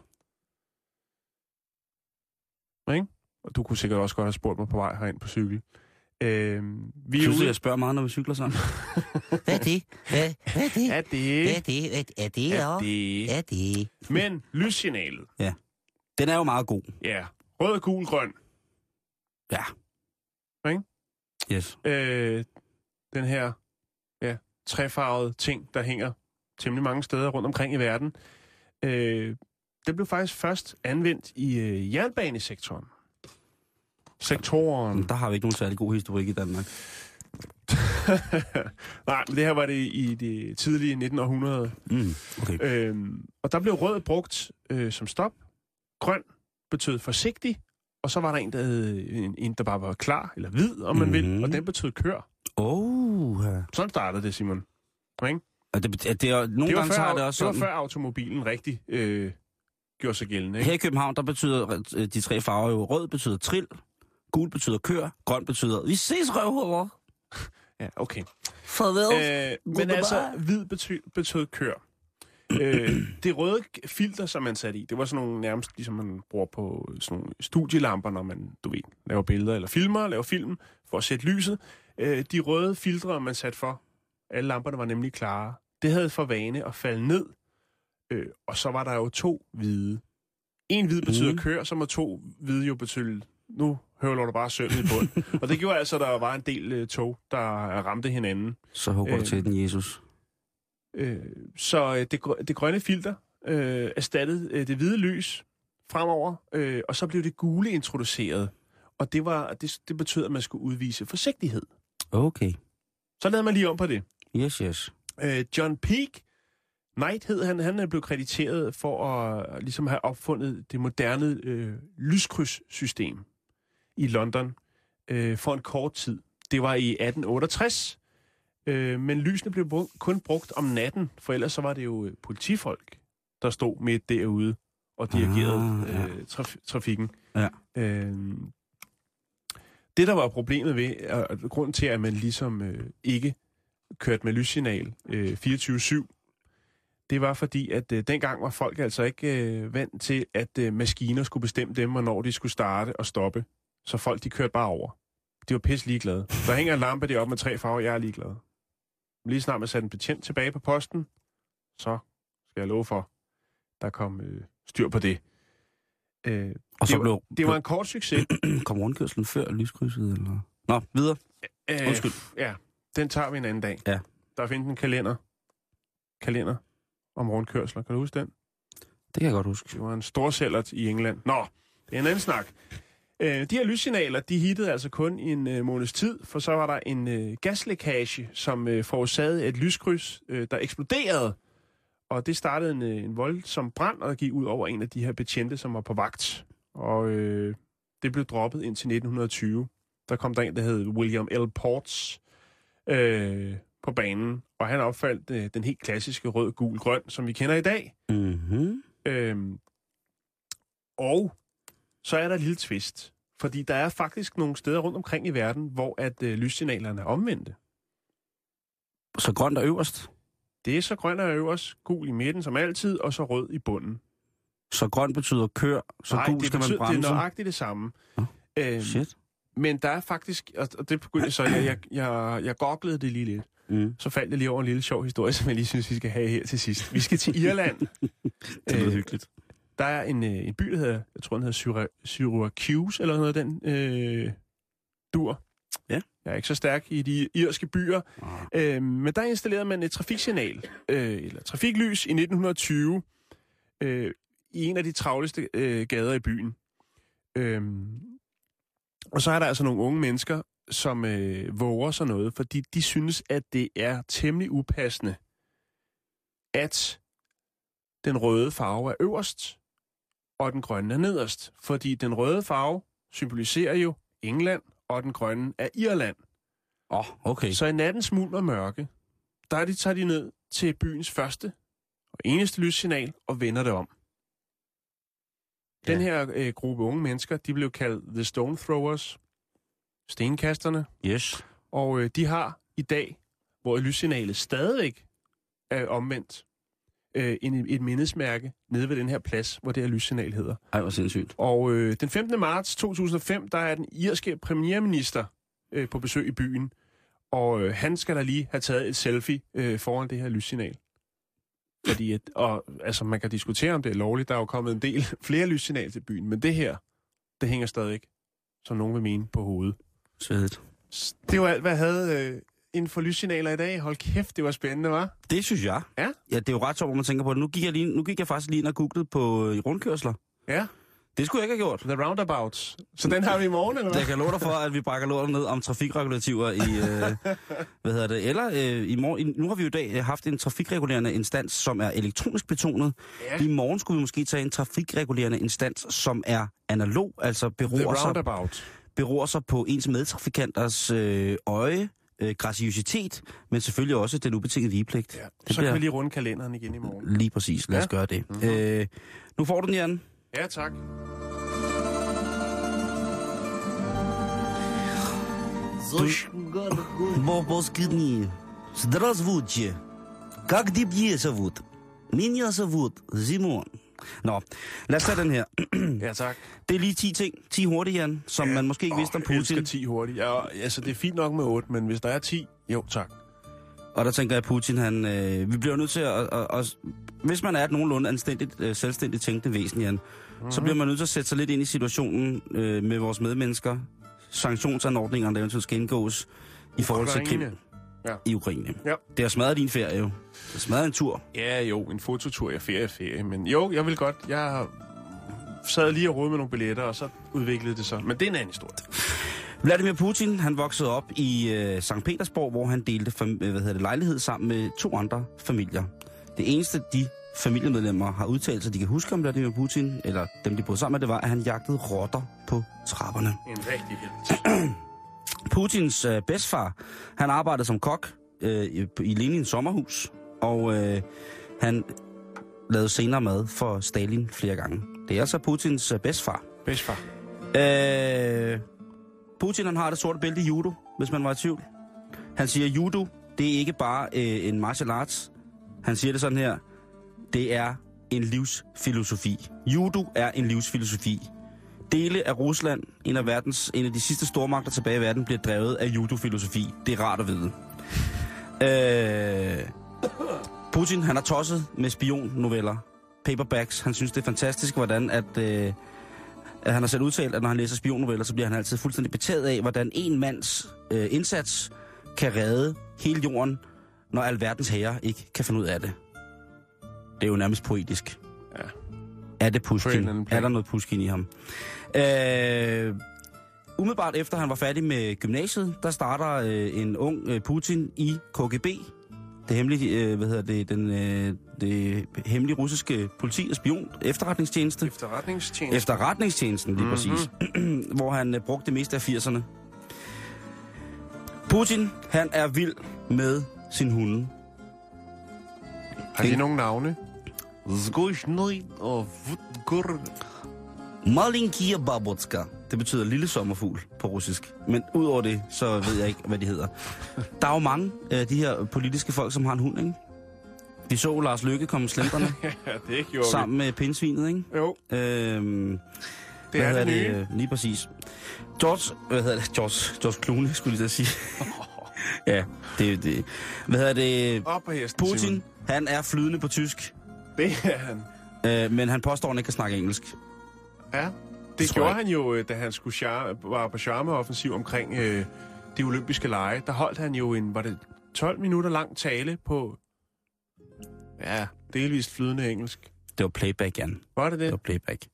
Ikke? Og du kunne sikkert også godt have spurgt mig på vej herind på cykel. Vi synes, jeg spørger meget, når vi cykler sammen. Hvad er det? Hvad er det? Er det? Hvad er det? Er det? Er det? Men lyssignalet. Ja. Den er jo meget god. Ja. Rød, gul, grøn. Ja. Ikke? Yes. Den her trefarvede ting, der hænger temmelig mange steder rundt omkring i verden. Det blev faktisk først anvendt i jernbanesektoren. Sektoren. Der har vi ikke nogen særlig god historik i Danmark. Nej, men det her var det i det tidlige 1900'ere. Okay. Og der blev rød brugt som stop. Grøn betød forsigtig. Og så var der en, der bare var klar, eller hvid, om man vil. Og den betød kør. Sådan startede det, Simon. Ikke? Det var før automobilen rigtig gjorde sig gældende. Ikke? Her i København, der betyder de tre farver jo, rød betyder trill, gul betyder kør, grøn betyder, vi ses røvhuller. Ja, okay. Farvel. Men altså, hvid betød kør. Det røde filter, som man satte i, det var sådan nogle nærmest, ligesom man bruger på sådan nogle studielamper, når man, laver billeder eller laver film, for at sætte lyset. De røde filtre, man satte for, alle lamperne var nemlig klare. Det havde for vane at falde ned, og så var der jo 2 hvide. En hvid betyder kør, så må 2 hvide jo betyde, nu høvler du bare søvnet i bund. Og det gjorde altså, at der var en del tog, der ramte hinanden. Så hugger du til den, Jesus. Så det grønne filter erstattede det hvide lys fremover, og så blev det gule introduceret. Og det betød, at man skulle udvise forsigtighed. Okay. Så lavede man lige om på det. Yes. John Peake Knight hed han er blevet krediteret for at ligesom have opfundet det moderne lyskryds-system i London for en kort tid. Det var i 1868, men lysene blev kun brugt om natten, for ellers så var det jo politifolk, der stod midt derude og dirigerede trafikken. Ja. Det, der var problemet ved, og grunden til, at man ligesom ikke kørte med lyssignal 24/7, Det var fordi, at dengang var folk altså ikke vant til, at maskiner skulle bestemme dem, hvornår de skulle starte og stoppe. Så folk, de kørte bare over. De var pisse ligeglade. Der hænger en lampe deroppe med 3 farver, jeg er ligeglad. Lige snart man satte en betjent tilbage på posten, så skal jeg love for, der kom styr på det. Og så det var en kort succes. Kom rundkørslen før lyskrydset, eller? Nå, videre. Undskyld. Ja, den tager vi en anden dag. Ja. Der findes en kalender om rundkørsler. Kan du huske den? Det kan jeg godt huske. Det var en storsælgert i England. Nå, det er en anden snak. De her lyssignaler, de hittede altså kun i en måneds tid, for så var der en gaslækage, som forårsagede et lyskryds, der eksploderede. Og det startede en voldsom brand, og der gik ud over en af de her betjente, som var på vagt. Og det blev droppet indtil 1920. Der kom der en, der hed William L. Ports på banen, og han opfandt den helt klassiske rød, gul, grøn, som vi kender i dag. Mm-hmm. Og så er der et lille twist, fordi der er faktisk nogle steder rundt omkring i verden, hvor at lyssignalerne er omvendte. Så grønt er øverst? Det er så grøn er øverst, gul i midten som altid, og så rød i bunden. Så grøn betyder kør, så nej, gul skal man bremse? det er nøjagtigt det samme. Shit. Men der er faktisk, og det begyndte så, jeg googlede det lige lidt. Så faldt jeg lige over en lille sjov historie, som jeg lige synes, vi skal have her til sidst. Vi skal til Irland. Det lyder hyggeligt. Der er en by, der hedder, jeg tror, den hedder Syracuse, eller noget af den dur. Ja. Jeg er ikke så stærk i de irske byer. Men der installerede man et trafiksignal, eller trafiklys i 1920, i en af de travleste gader i byen. Og så er der altså nogle unge mennesker, som våger sådan noget, fordi de synes, at det er temmelig upassende, at den røde farve er øverst, og den grønne er nederst. Fordi den røde farve symboliserer jo England, og den grønne er Irland. Okay. Så i nattens mulm og mørke, tager de ned til byens første og eneste lyssignal og vender det om. Ja. Den her gruppe unge mennesker, de blev kaldt The Stone Throwers, stenkasterne. Yes. Og de har i dag, hvor lyssignalet stadigvæk er omvendt, et mindesmærke nede ved den her plads, hvor det her lyssignal hedder. Ej, hvor sindssygt. Og den 15. marts 2005, der er den irske premierminister på besøg i byen, og han skal da lige have taget et selfie foran det her lyssignal. Fordi man kan diskutere, om det er lovligt. Der er jo kommet en del flere lyssignal til byen, men det her, det hænger stadig, som nogen vil mene, på hovedet. Svedigt. Det var alt, hvad jeg havde inden for lyssignaler i dag. Hold kæft, det var spændende, hva'? Det synes jeg. Ja? Ja, det er jo ret sjovt, hvor man tænker på det. Nu gik jeg faktisk lige ind og googlede på rundkørsler. Ja. Det skulle jeg ikke have gjort. The Roundabouts. Så den har vi i morgen, eller hvad? Jeg kan love dig for, at vi brækker lortet ned om trafikregulativer i... i morgen... Nu har vi jo i dag haft en trafikregulerende instans, som er elektronisk betonet. Ja. I morgen skulle vi måske tage en trafikregulerende instans, som er analog, altså beror sig på ens medtrafikanters øje, graciøsitet, men selvfølgelig også den ubetingede vigepligt. Ja. Så kan vi lige runde kalenderen igen i morgen. Lige præcis. Lad os gøre det. Mm-hmm. Nu får du den, Jan. Ja, tak. Москвы. Здравствуйте. Как тебя зовут? Меня зовут Simon. Nå, lad os tage den her. Ja, tak. Det er lige 10 ting. 10 hurtigt, Jan, som man måske ikke vidste om Putin. Jeg elsker 10 hurtigt. Ja, altså, det er fint nok med 8, men hvis der er 10, jo, tak. Og der tænker jeg, Putin, vi bliver nødt til at hvis man er et nogenlunde anstændigt, selvstændigt tænkende væsen, Jan, så bliver man nødt til at sætte sig lidt ind i situationen med vores medmennesker, sanktionsanordningerne, der eventuelt skal indgås i forhold til krig i Ukraine. Ja. Det har smadret din ferie jo. Det har smadret en tur. Ja, jo, en fototur, ferie. Men jo, jeg vil godt. Jeg sad lige og rodede med nogle billetter, og så udviklede det så. Men det er en anden historie. Vladimir Putin, han voksede op i Sankt Petersborg, hvor han delte lejlighed sammen med 2 andre familier. Det eneste, de familiemedlemmer har udtalt sig, de kan huske om Vladimir Putin, eller dem, de boede sammen med, det var, at han jagtede rotter på trapperne. En rigtig helt. Putins bedstfar, han arbejdede som kok i Lenins sommerhus, og han lavede senere mad for Stalin flere gange. Det er altså Putins bedstfar. Putin, han har det sorte bælte i judo, hvis man var i tvivl. Han siger, judo, det er ikke bare en martial arts. Han siger det sådan her. det er en livsfilosofi. Judo er en livsfilosofi. Dele af Rusland, en af de sidste stormagter tilbage i verden, bliver drevet af judofilosofi. Det er rart at vide. Putin, han er tosset med spionnoveller. Paperbacks. Han synes, det er fantastisk, hvordan at han har selv udtalt, at når han læser spionnoveller, så bliver han altid fuldstændig betaget af, hvordan en mands indsats kan redde hele jorden, når alverdens herrer ikke kan finde ud af det. Det er jo nærmest poetisk. Ja. Er det Pushkin? Er der noget Pushkin i ham? Umiddelbart efter han var færdig med gymnasiet, der starter en ung Putin i KGB. Det hemmelige, det hemmelige russiske politi og spion efterretningstjeneste. Efterretningstjenesten, lige præcis. Hvor han brugte det meste af 80'erne. Putin, han er vild med sin hunde. Har de nogle navne? Malinkia babotska. Det betyder lille sommerfugl på russisk. Men udover det, så ved jeg ikke, hvad de hedder. Der er jo mange af de her politiske folk, som har en hund, ikke? Vi så Lars Løkke komme slendrene. Ja, det gjorde sammen med pindsvinet, ikke? Jo. Det er det nye. Lige præcis. George Clooney, skulle jeg da sige. Ja, det. Hvad hedder det? Op på hesten, Putin, Simon. han er flydende på tysk. Det er han. Men han påstår, at han ikke kan snakke engelsk. Ja, det gjorde han jo, da han var på charmeoffensiv omkring de olympiske lege. Der holdt han jo var det 12 minutter lang tale på, delvist flydende engelsk. Det var playback, Jan. Var det det? Det var playback.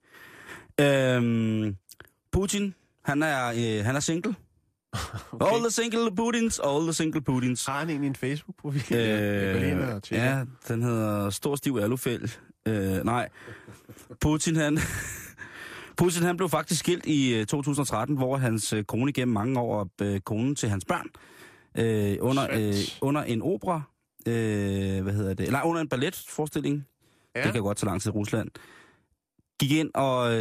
Putin, han er single. Okay. All the single Putins. Har han egentlig en Facebook-profil? Ja, den hedder Stor Stiv Alufæld. Nej. Putin, han blev faktisk skilt i 2013, hvor hans kone gennem mange år konen til hans børn under en opera, eller under en balletforestilling. Ja. Det kan godt tage lang tid i Rusland. Gik ind og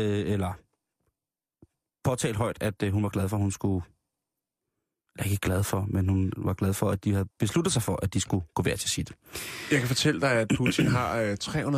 påtalt højt, at hun var glad for, at hun skulle. Ikke glad for, men hun var glad for, at de havde besluttet sig for, at de skulle gå hver til sit. Jeg kan fortælle dig, at Putin har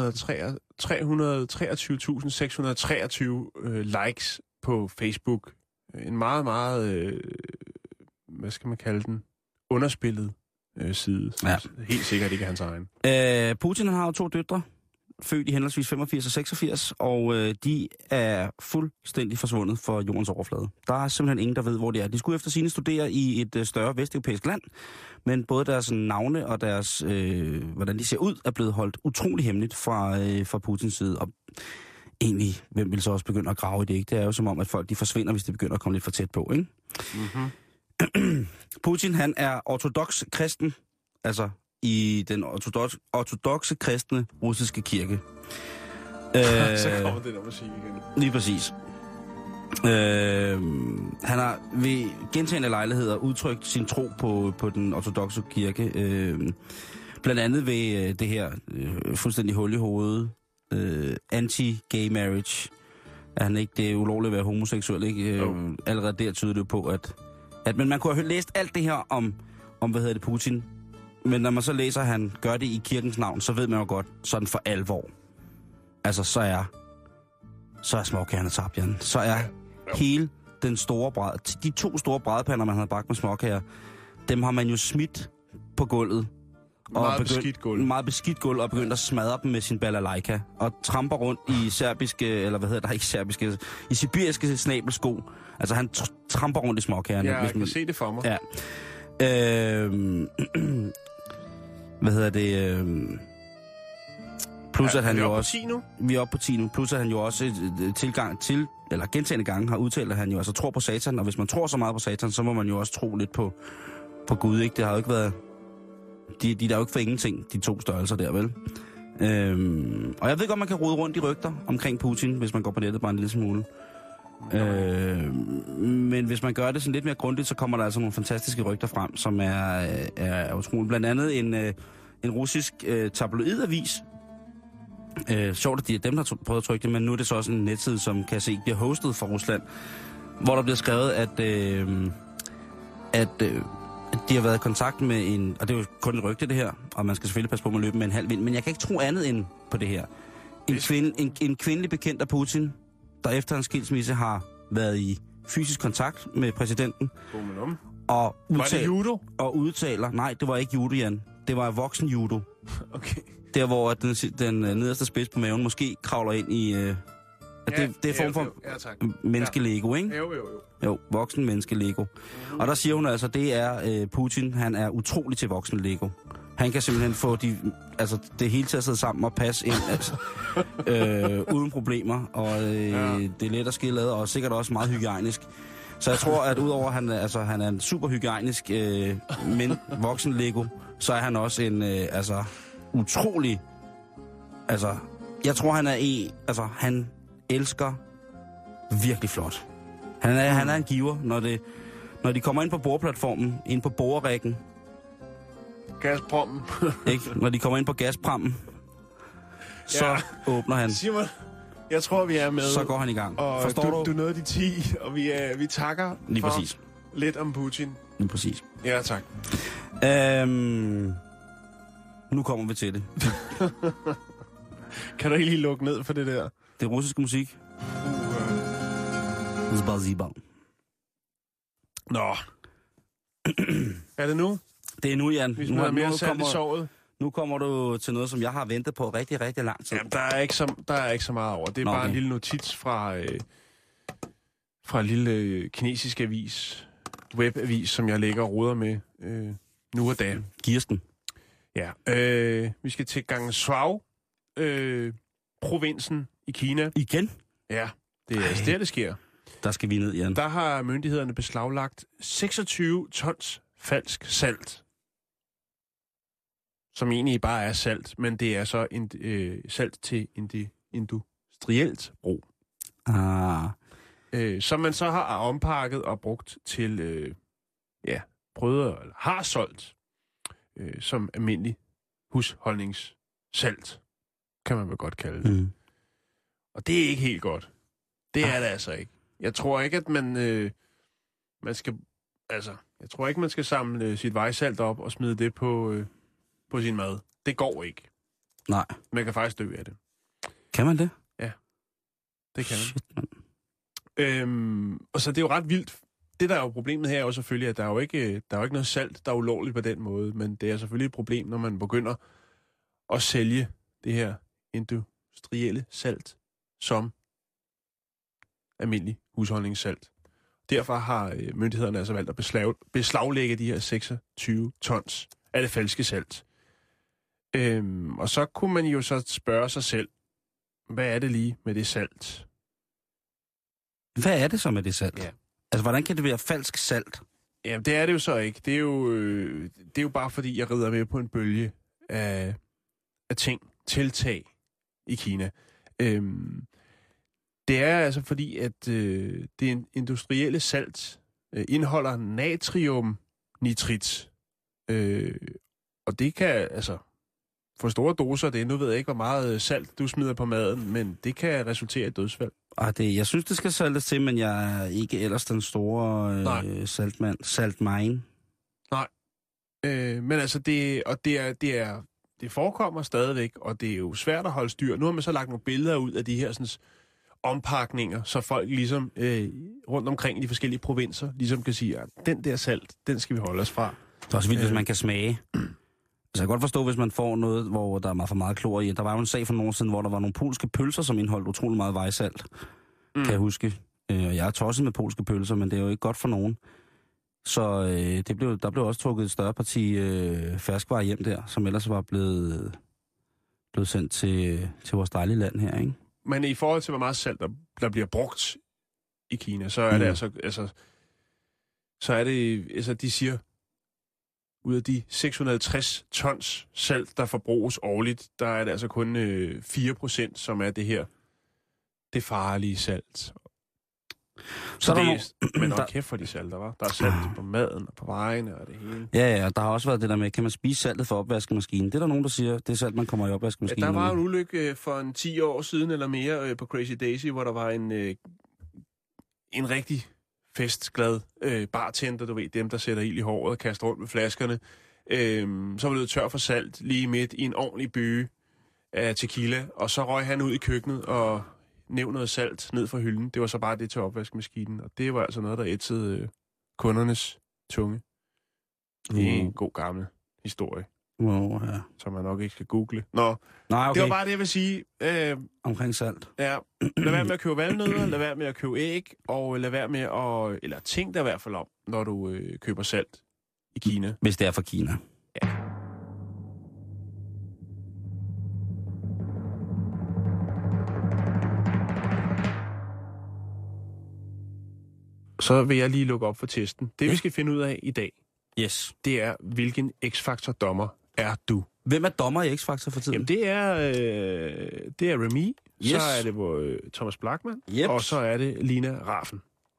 323.623 likes på Facebook. En meget, meget, hvad skal man kalde den, underspillet side. Ja. Helt sikkert ikke hans egen. Putin har jo 2 døtre, født i henholdsvis 85 og 86, og de er fuldstændig forsvundet fra jordens overflade. Der er simpelthen ingen, der ved, hvor de er. De skulle efter sine studere i et større vesteuropæisk land, men både deres navne og deres, hvordan de ser ud, er blevet holdt utrolig hemmeligt fra Putins side. Og egentlig, hvem vil så også begynde at grave i det, ikke? Det er jo som om, at folk de forsvinder, hvis de begynder at komme lidt for tæt på, ikke? Mm-hmm. Putin, han er ortodoks kristen, altså i den ortodokse kristne russiske kirke. Så kommer det der musik igen. Lige præcis. Han har ved gentagne lejligheder udtrykt sin tro på den ortodokse kirke. Blandt andet ved det her fuldstændig hul i hovedet. Anti-gay marriage. Det er ulovligt at være homoseksuel, ikke? Allerede der tyder det på, at men man kunne have læst alt det her om Putin. Men når man så læser, at han gør det i kirkens navn, så ved man jo godt, sådan for alvor. Altså, så er småkagerne tabt, Jan. Så er hele den store bræd, de 2 store brædpander, man havde bagt med småkager, dem har man jo smidt på gulvet. Meget beskidt gulv, og begyndt at smadre dem med sin balalaika. Og tramper rundt i i sibiriske snabelsko. Altså, han tramper rundt i småkagerne. Ja, jeg kan se det for mig. Ja. Plus at han jo også... Vi er oppe på 10 nu. Plus at han jo også gentagne gange har udtalt, at han jo altså tror på Satan. Og hvis man tror så meget på Satan, så må man jo også tro lidt på Gud, ikke? Det har jo ikke været... De er der jo ikke for ingenting, de 2 størrelser der, vel? Og jeg ved godt, man kan rode rundt i rygter omkring Putin, hvis man går på nettet bare en lille smule. Men hvis man gør det sådan lidt mere grundigt, så kommer der altså nogle fantastiske rygter frem, som er utroligt. Blandt andet en russisk tabloidavis. Sjovt, at de er dem, der prøvet at trykke det, men nu er det så også en netside, som kan se bliver hostet fra Rusland, hvor der bliver skrevet, at de har været i kontakt med en, og det er jo kun et rygte det her, og man skal selvfølgelig passe på med at løbe med en halv vind, men jeg kan ikke tro andet end på det her. En kvindelig bekendt af Putin, der efter hans skilsmisse har været i fysisk kontakt med præsidenten, og udtaler, nej, det var ikke judo, Jan. Det var voksen judo. Okay. Der, hvor den nederste spids på maven måske kravler ind i... det er form for menneske-lego, ikke? Jo, voksen menneske-lego. Og der siger hun altså, det er Putin, han er utrolig til voksen-lego. Han kan simpelthen få det hele til at sidde sammen og passe ind, uden problemer. Og det er let at skille og sikkert også meget hygiejnisk. Så jeg tror, at udover at han er en super hygiejnisk men voksen Lego, så er han også en utrolig... jeg tror, han elsker virkelig flot. Han er en giver, når de kommer ind på boreplatformen, ind på borerækken. Gazprommen. Ikke? Når de kommer ind på gasprammen, så åbner han. Simon, jeg tror, vi er med. Så går han i gang. Og forstår du nåede de 10, og vi takker lige for præcis. Lidt om Putin. Lige præcis. Ja, tak. Nu kommer vi til det. Kan du ikke lige lukke ned for det der? Det er russisk musik. Nå. Er det nu? Det er nu, Jan. Hvis man er mere salt i såret. Nu kommer du til noget, som jeg har ventet på rigtig, rigtig lang tid. Jamen, der er ikke så meget over. Det er bare en lille notits fra en lille kinesisk avis, webavis, som jeg lægger og roder med nu og da. Kirsten. Ja. Vi skal til Guangzhou, provinsen i Kina. Igen? Ja, det er der, det sker. Der skal vi ned, Jan. Der har myndighederne beslaglagt 26 tons falsk salt. Som egentlig bare er salt, men det er så salt til industrielt brug. Som man så har ompakket og brugt til, brødre, eller har solgt som almindelig husholdningssalt, kan man vel godt kalde det. Og det er ikke helt godt. Det er det altså ikke. Jeg tror ikke, at man skal... jeg tror ikke, man skal samle sit vejsalt op og smide det på sin mad. Det går ikke. Nej. Man kan faktisk dø af det. Kan man det? Ja. Det kan man. Shit, og så det er jo ret vildt. Det, der er jo problemet her, er jo selvfølgelig, at der er jo ikke noget salt, der er ulovligt på den måde, men det er selvfølgelig et problem, når man begynder at sælge det her industrielle salt som almindelig husholdningssalt. Derfor har myndighederne altså valgt at beslaglægge de her 26 tons af det falske salt. Og så kunne man jo så spørge sig selv, hvad er det lige med det salt? Hvad er det så med det salt? Ja. Altså, hvordan kan det være falsk salt? Jamen, det er det jo så ikke. Det er jo bare fordi, jeg rider med på en bølge af tiltag i Kina. Det er altså fordi, at det industrielle salt indeholder natriumnitrit. Og det kan få store doser af det. Nu ved jeg ikke, hvor meget salt du smider på maden, men det kan resultere i dødsfald. Jeg synes, det skal saltes til, men jeg er ikke ellers den store saltmand. Saltmine. Nej. Men altså, det forekommer stadigvæk, og det er jo svært at holde styr. Nu har man så lagt nogle billeder ud af de her sådan, ompakninger, så folk ligesom rundt omkring i de forskellige provinser ligesom kan sige, at den der salt, den skal vi holde os fra. Det er også vildt, hvis man kan smage. Altså, jeg kan godt forstå, hvis man får noget, hvor der er for meget klor i. Der var jo en sag for nogle år siden, hvor der var nogle polske pølser, som indeholdt utrolig meget vejsalt. Kan jeg huske. Jeg er tosset med polske pølser, men det er jo ikke godt for nogen. Så der blev også trukket et større parti ferskvarer hjem der, som ellers var blevet sendt til vores dejlige land her, ikke? Men i forhold til, hvor meget salt, der bliver brugt i Kina, så er det så er det, de siger, ud af de 650 tons salt, der forbruges årligt, der er det altså kun 4%, som er det farlige salt. Så men kæft for de salter, var. Der er salt på maden og på vejene og det hele. Ja, der har også været det der med, kan man spise saltet fra opvaskemaskinen? Det er der nogen, der siger, det er salt, man kommer i opvaskemaskinen. Ja, der var en ulykke for 10 år siden eller mere på Crazy Daisy, hvor der var en rigtig festglad bartender, du ved, dem, der sætter ild i håret og kaster rundt med flaskerne. Så var det tør for salt lige midt i en ordentlig byge af tequila, og så røg han ud i køkkenet og nævnte noget salt ned fra hylden. Det var så bare det til opvaskemaskinen, og det var altså noget, der ætsede kundernes tunge. Det er en god gammel historie, Ja. som man nok ikke skal google. Nå, Nej, okay. det var bare det, jeg vil sige. Omkring salt. Ja, lad være med at købe valnødder, lad være med at købe æg, og lad være med at, eller tænk dig i hvert fald om, når du køber salt i Kina. Hvis det er fra Kina. Ja. Så vil jeg lige lukke op for testen. Det, vi skal finde ud af i dag, Yes. det er, hvilken X-Factor-dommer er du? Hvem er dommer i X-Factor for tiden? Jamen, det er Remy, Yes. så er det Thomas Blackman, Yep. og så er det Lina Raffen.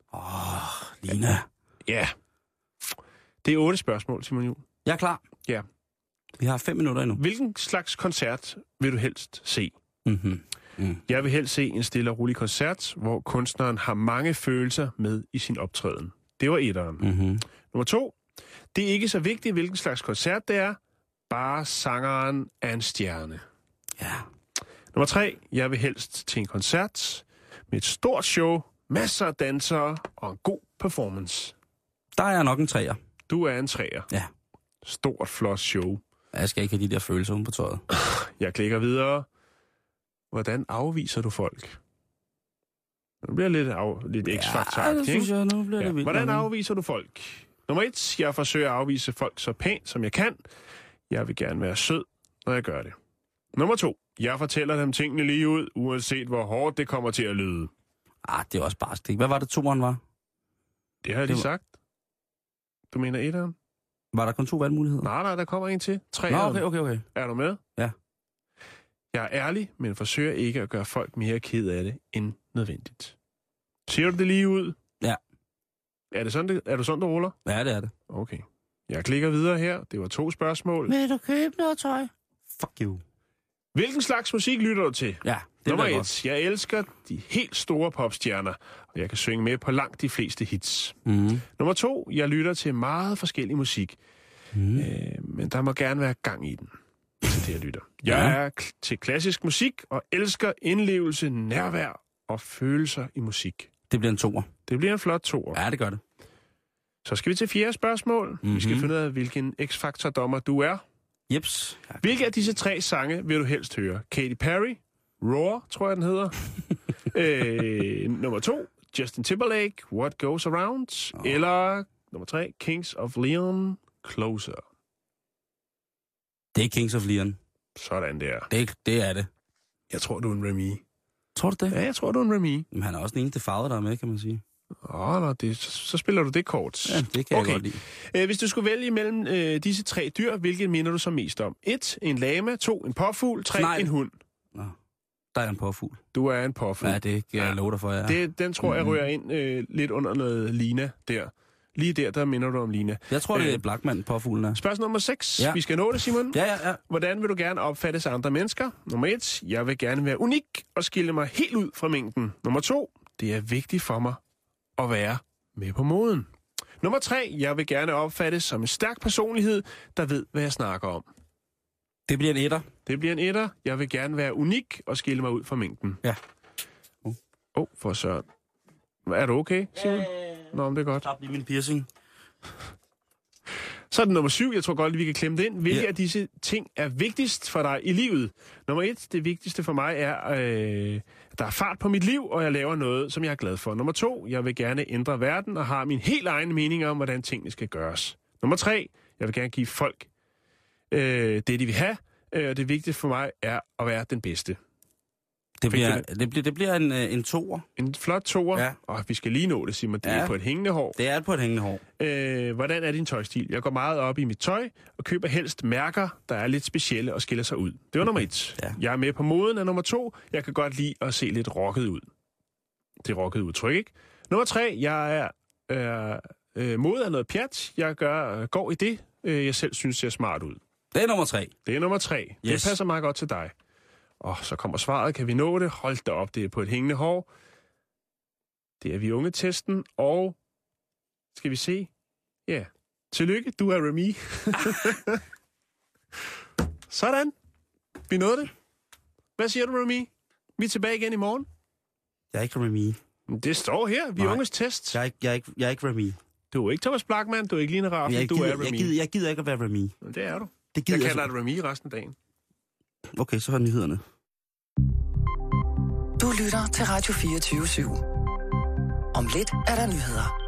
Lina. Ja. Det er 8 spørgsmål, Simon Juhl. Jeg er klar. Ja. Vi har 5 minutter endnu. Hvilken slags koncert vil du helst se? Mm-hmm. Jeg vil helst se en stille og rolig koncert, hvor kunstneren har mange følelser med i sin optræden. Det var etteren. Mm-hmm. Nummer 2. Det er ikke så vigtigt, hvilken slags koncert det er. Bare sangeren er en stjerne. Ja. Nummer 3. Jeg vil helst til en koncert med et stort show, masser af dansere og en god performance. Der er jeg nok en 3'er. Du er en 3'er. Ja. Stort, flot show. Jeg skal ikke have de der følelser uden på tøjet. Jeg klikker videre. Hvordan afviser du folk? Det bliver lidt X-faktor-agtigt, det synes ikke? jeg, nu bliver det vildt. Hvordan afviser du folk? Nummer 1. Jeg forsøger at afvise folk så pænt, som jeg kan. Jeg vil gerne være sød, når jeg gør det. Nummer 2. Jeg fortæller dem tingene lige ud, uanset hvor hårdt det kommer til at lyde. Det er også bare stik. Hvad var det, 2'eren var? Det har jeg lige sagt. Du mener 1'eren? Var der kun 2 valgmuligheder? Nej, der kommer en til. 3'eren. Nå, okay. Er du med? Ja. Jeg er ærlig, men forsøger ikke at gøre folk mere ked af det end nødvendigt. Siger du det lige ud? Ja. Er du sådan, du ruller? Ja, det er det. Okay. Jeg klikker videre her. Det var 2 spørgsmål. Vil du købe noget tøj? Fuck you. Hvilken slags musik lytter du til? Ja, det Nummer bliver 1. godt. Jeg elsker de helt store popstjerner, og jeg kan synge med på langt de fleste hits. Mm. Nummer 2. Jeg lytter til meget forskellig musik, men der må gerne være gang i den. Det jeg lytter. Jeg er til klassisk musik og elsker indlevelse, nærvær og følelser i musik. Det bliver en 2'er. Det bliver en flot 2'er. Ja, det gør det. Så skal vi til 4. spørgsmål. Vi skal finde ud af, hvilken X-Factor-dommer du er. Jeps. Hvilke af disse 3 sange vil du helst høre? Katy Perry, Roar, tror jeg den hedder. Nummer 2, Justin Timberlake, What Goes Around. Eller nummer 3, Kings of Leon, Closer. Det er Kings of Leon. Sådan der. Det er det. Jeg tror, du er en Remy. Tror du det? Ja, jeg tror, du er en Remy. Men han er også den eneste farve, der er med, kan man sige. Så spiller du det kort. Ja, det kan jeg godt lide. Hvis du skulle vælge mellem disse 3 dyr, hvilket minder du så mest om? 1. En lama. 2. En påfugl. 3. Snegl. En hund. Nå. Der er en påfugl. Du er en påfugl. Ja, det kan jeg love dig for, ja. Den tror jeg rører ind lidt under noget Lina der. Lige der minder du om Lina. Jeg tror, det er Blackman, påfuglen er. Spørgsmål nummer 6. Ja. Vi skal nå det, Simon. Ja. Hvordan vil du gerne opfattes af andre mennesker? Nummer 1. Jeg vil gerne være unik og skille mig helt ud fra mængden. Nummer 2. Det er vigtigt for mig at være med på moden. Nummer 3. Jeg vil gerne opfattes som en stærk personlighed, der ved, hvad jeg snakker om. Det bliver en 1'er. Det bliver en 1'er. Jeg vil gerne være unik og skille mig ud fra mængden. Ja. For søren. Er du okay, Simon? Nå, men det er godt. Stop lige min piercing. Så er det nummer 7. Jeg tror godt, at vi kan klemme det ind. Hvilke af disse ting er vigtigst for dig i livet? Nummer 1. Det vigtigste for mig er, der er fart på mit liv, og jeg laver noget, som jeg er glad for. Nummer 2. Jeg vil gerne ændre verden og har min helt egen mening om, hvordan tingene skal gøres. Nummer 3. Jeg vil gerne give folk det, de vil have. Og det vigtigste for mig er at være den bedste. Det bliver en 2'er. En flot 2'er. Ja. Og vi skal lige nå det, Simon. Det er på et hængende hår. Det er på et hængende hår. Hvordan er din tøjstil? Jeg går meget op i mit tøj og køber helst mærker, der er lidt specielle og skiller sig ud. Det var nummer 1. Ja. Jeg er med på moden af nummer 2. Jeg kan godt lide at se lidt rocket ud. Det er rocket udtryk, ikke? Nummer 3. Jeg er mod af noget pjat. Jeg går i det, jeg selv synes ser smart ud. Det er nummer 3. Det er nummer 3. Yes. Det passer meget godt til dig. Så kommer svaret. Kan vi nå det? Hold da op, det er på et hængende hår. Det er vi unge-testen, og Skal vi se? Ja. Tillykke, du er Remy. Sådan. Vi nåede det. Hvad siger du, Remy? Vi er tilbage igen i morgen. Jeg er ikke Remy. Det står her. Vi er unges test. Jeg er ikke Remy. Du er ikke Thomas Blackman, du er ikke Line Raffen, du er Remy. Jeg gider ikke at være Remy. Det er du. Jeg kalder dig Remy resten af dagen. Okay, så har nyhederne. Du lytter til Radio 24/7. Om lidt er der nyheder.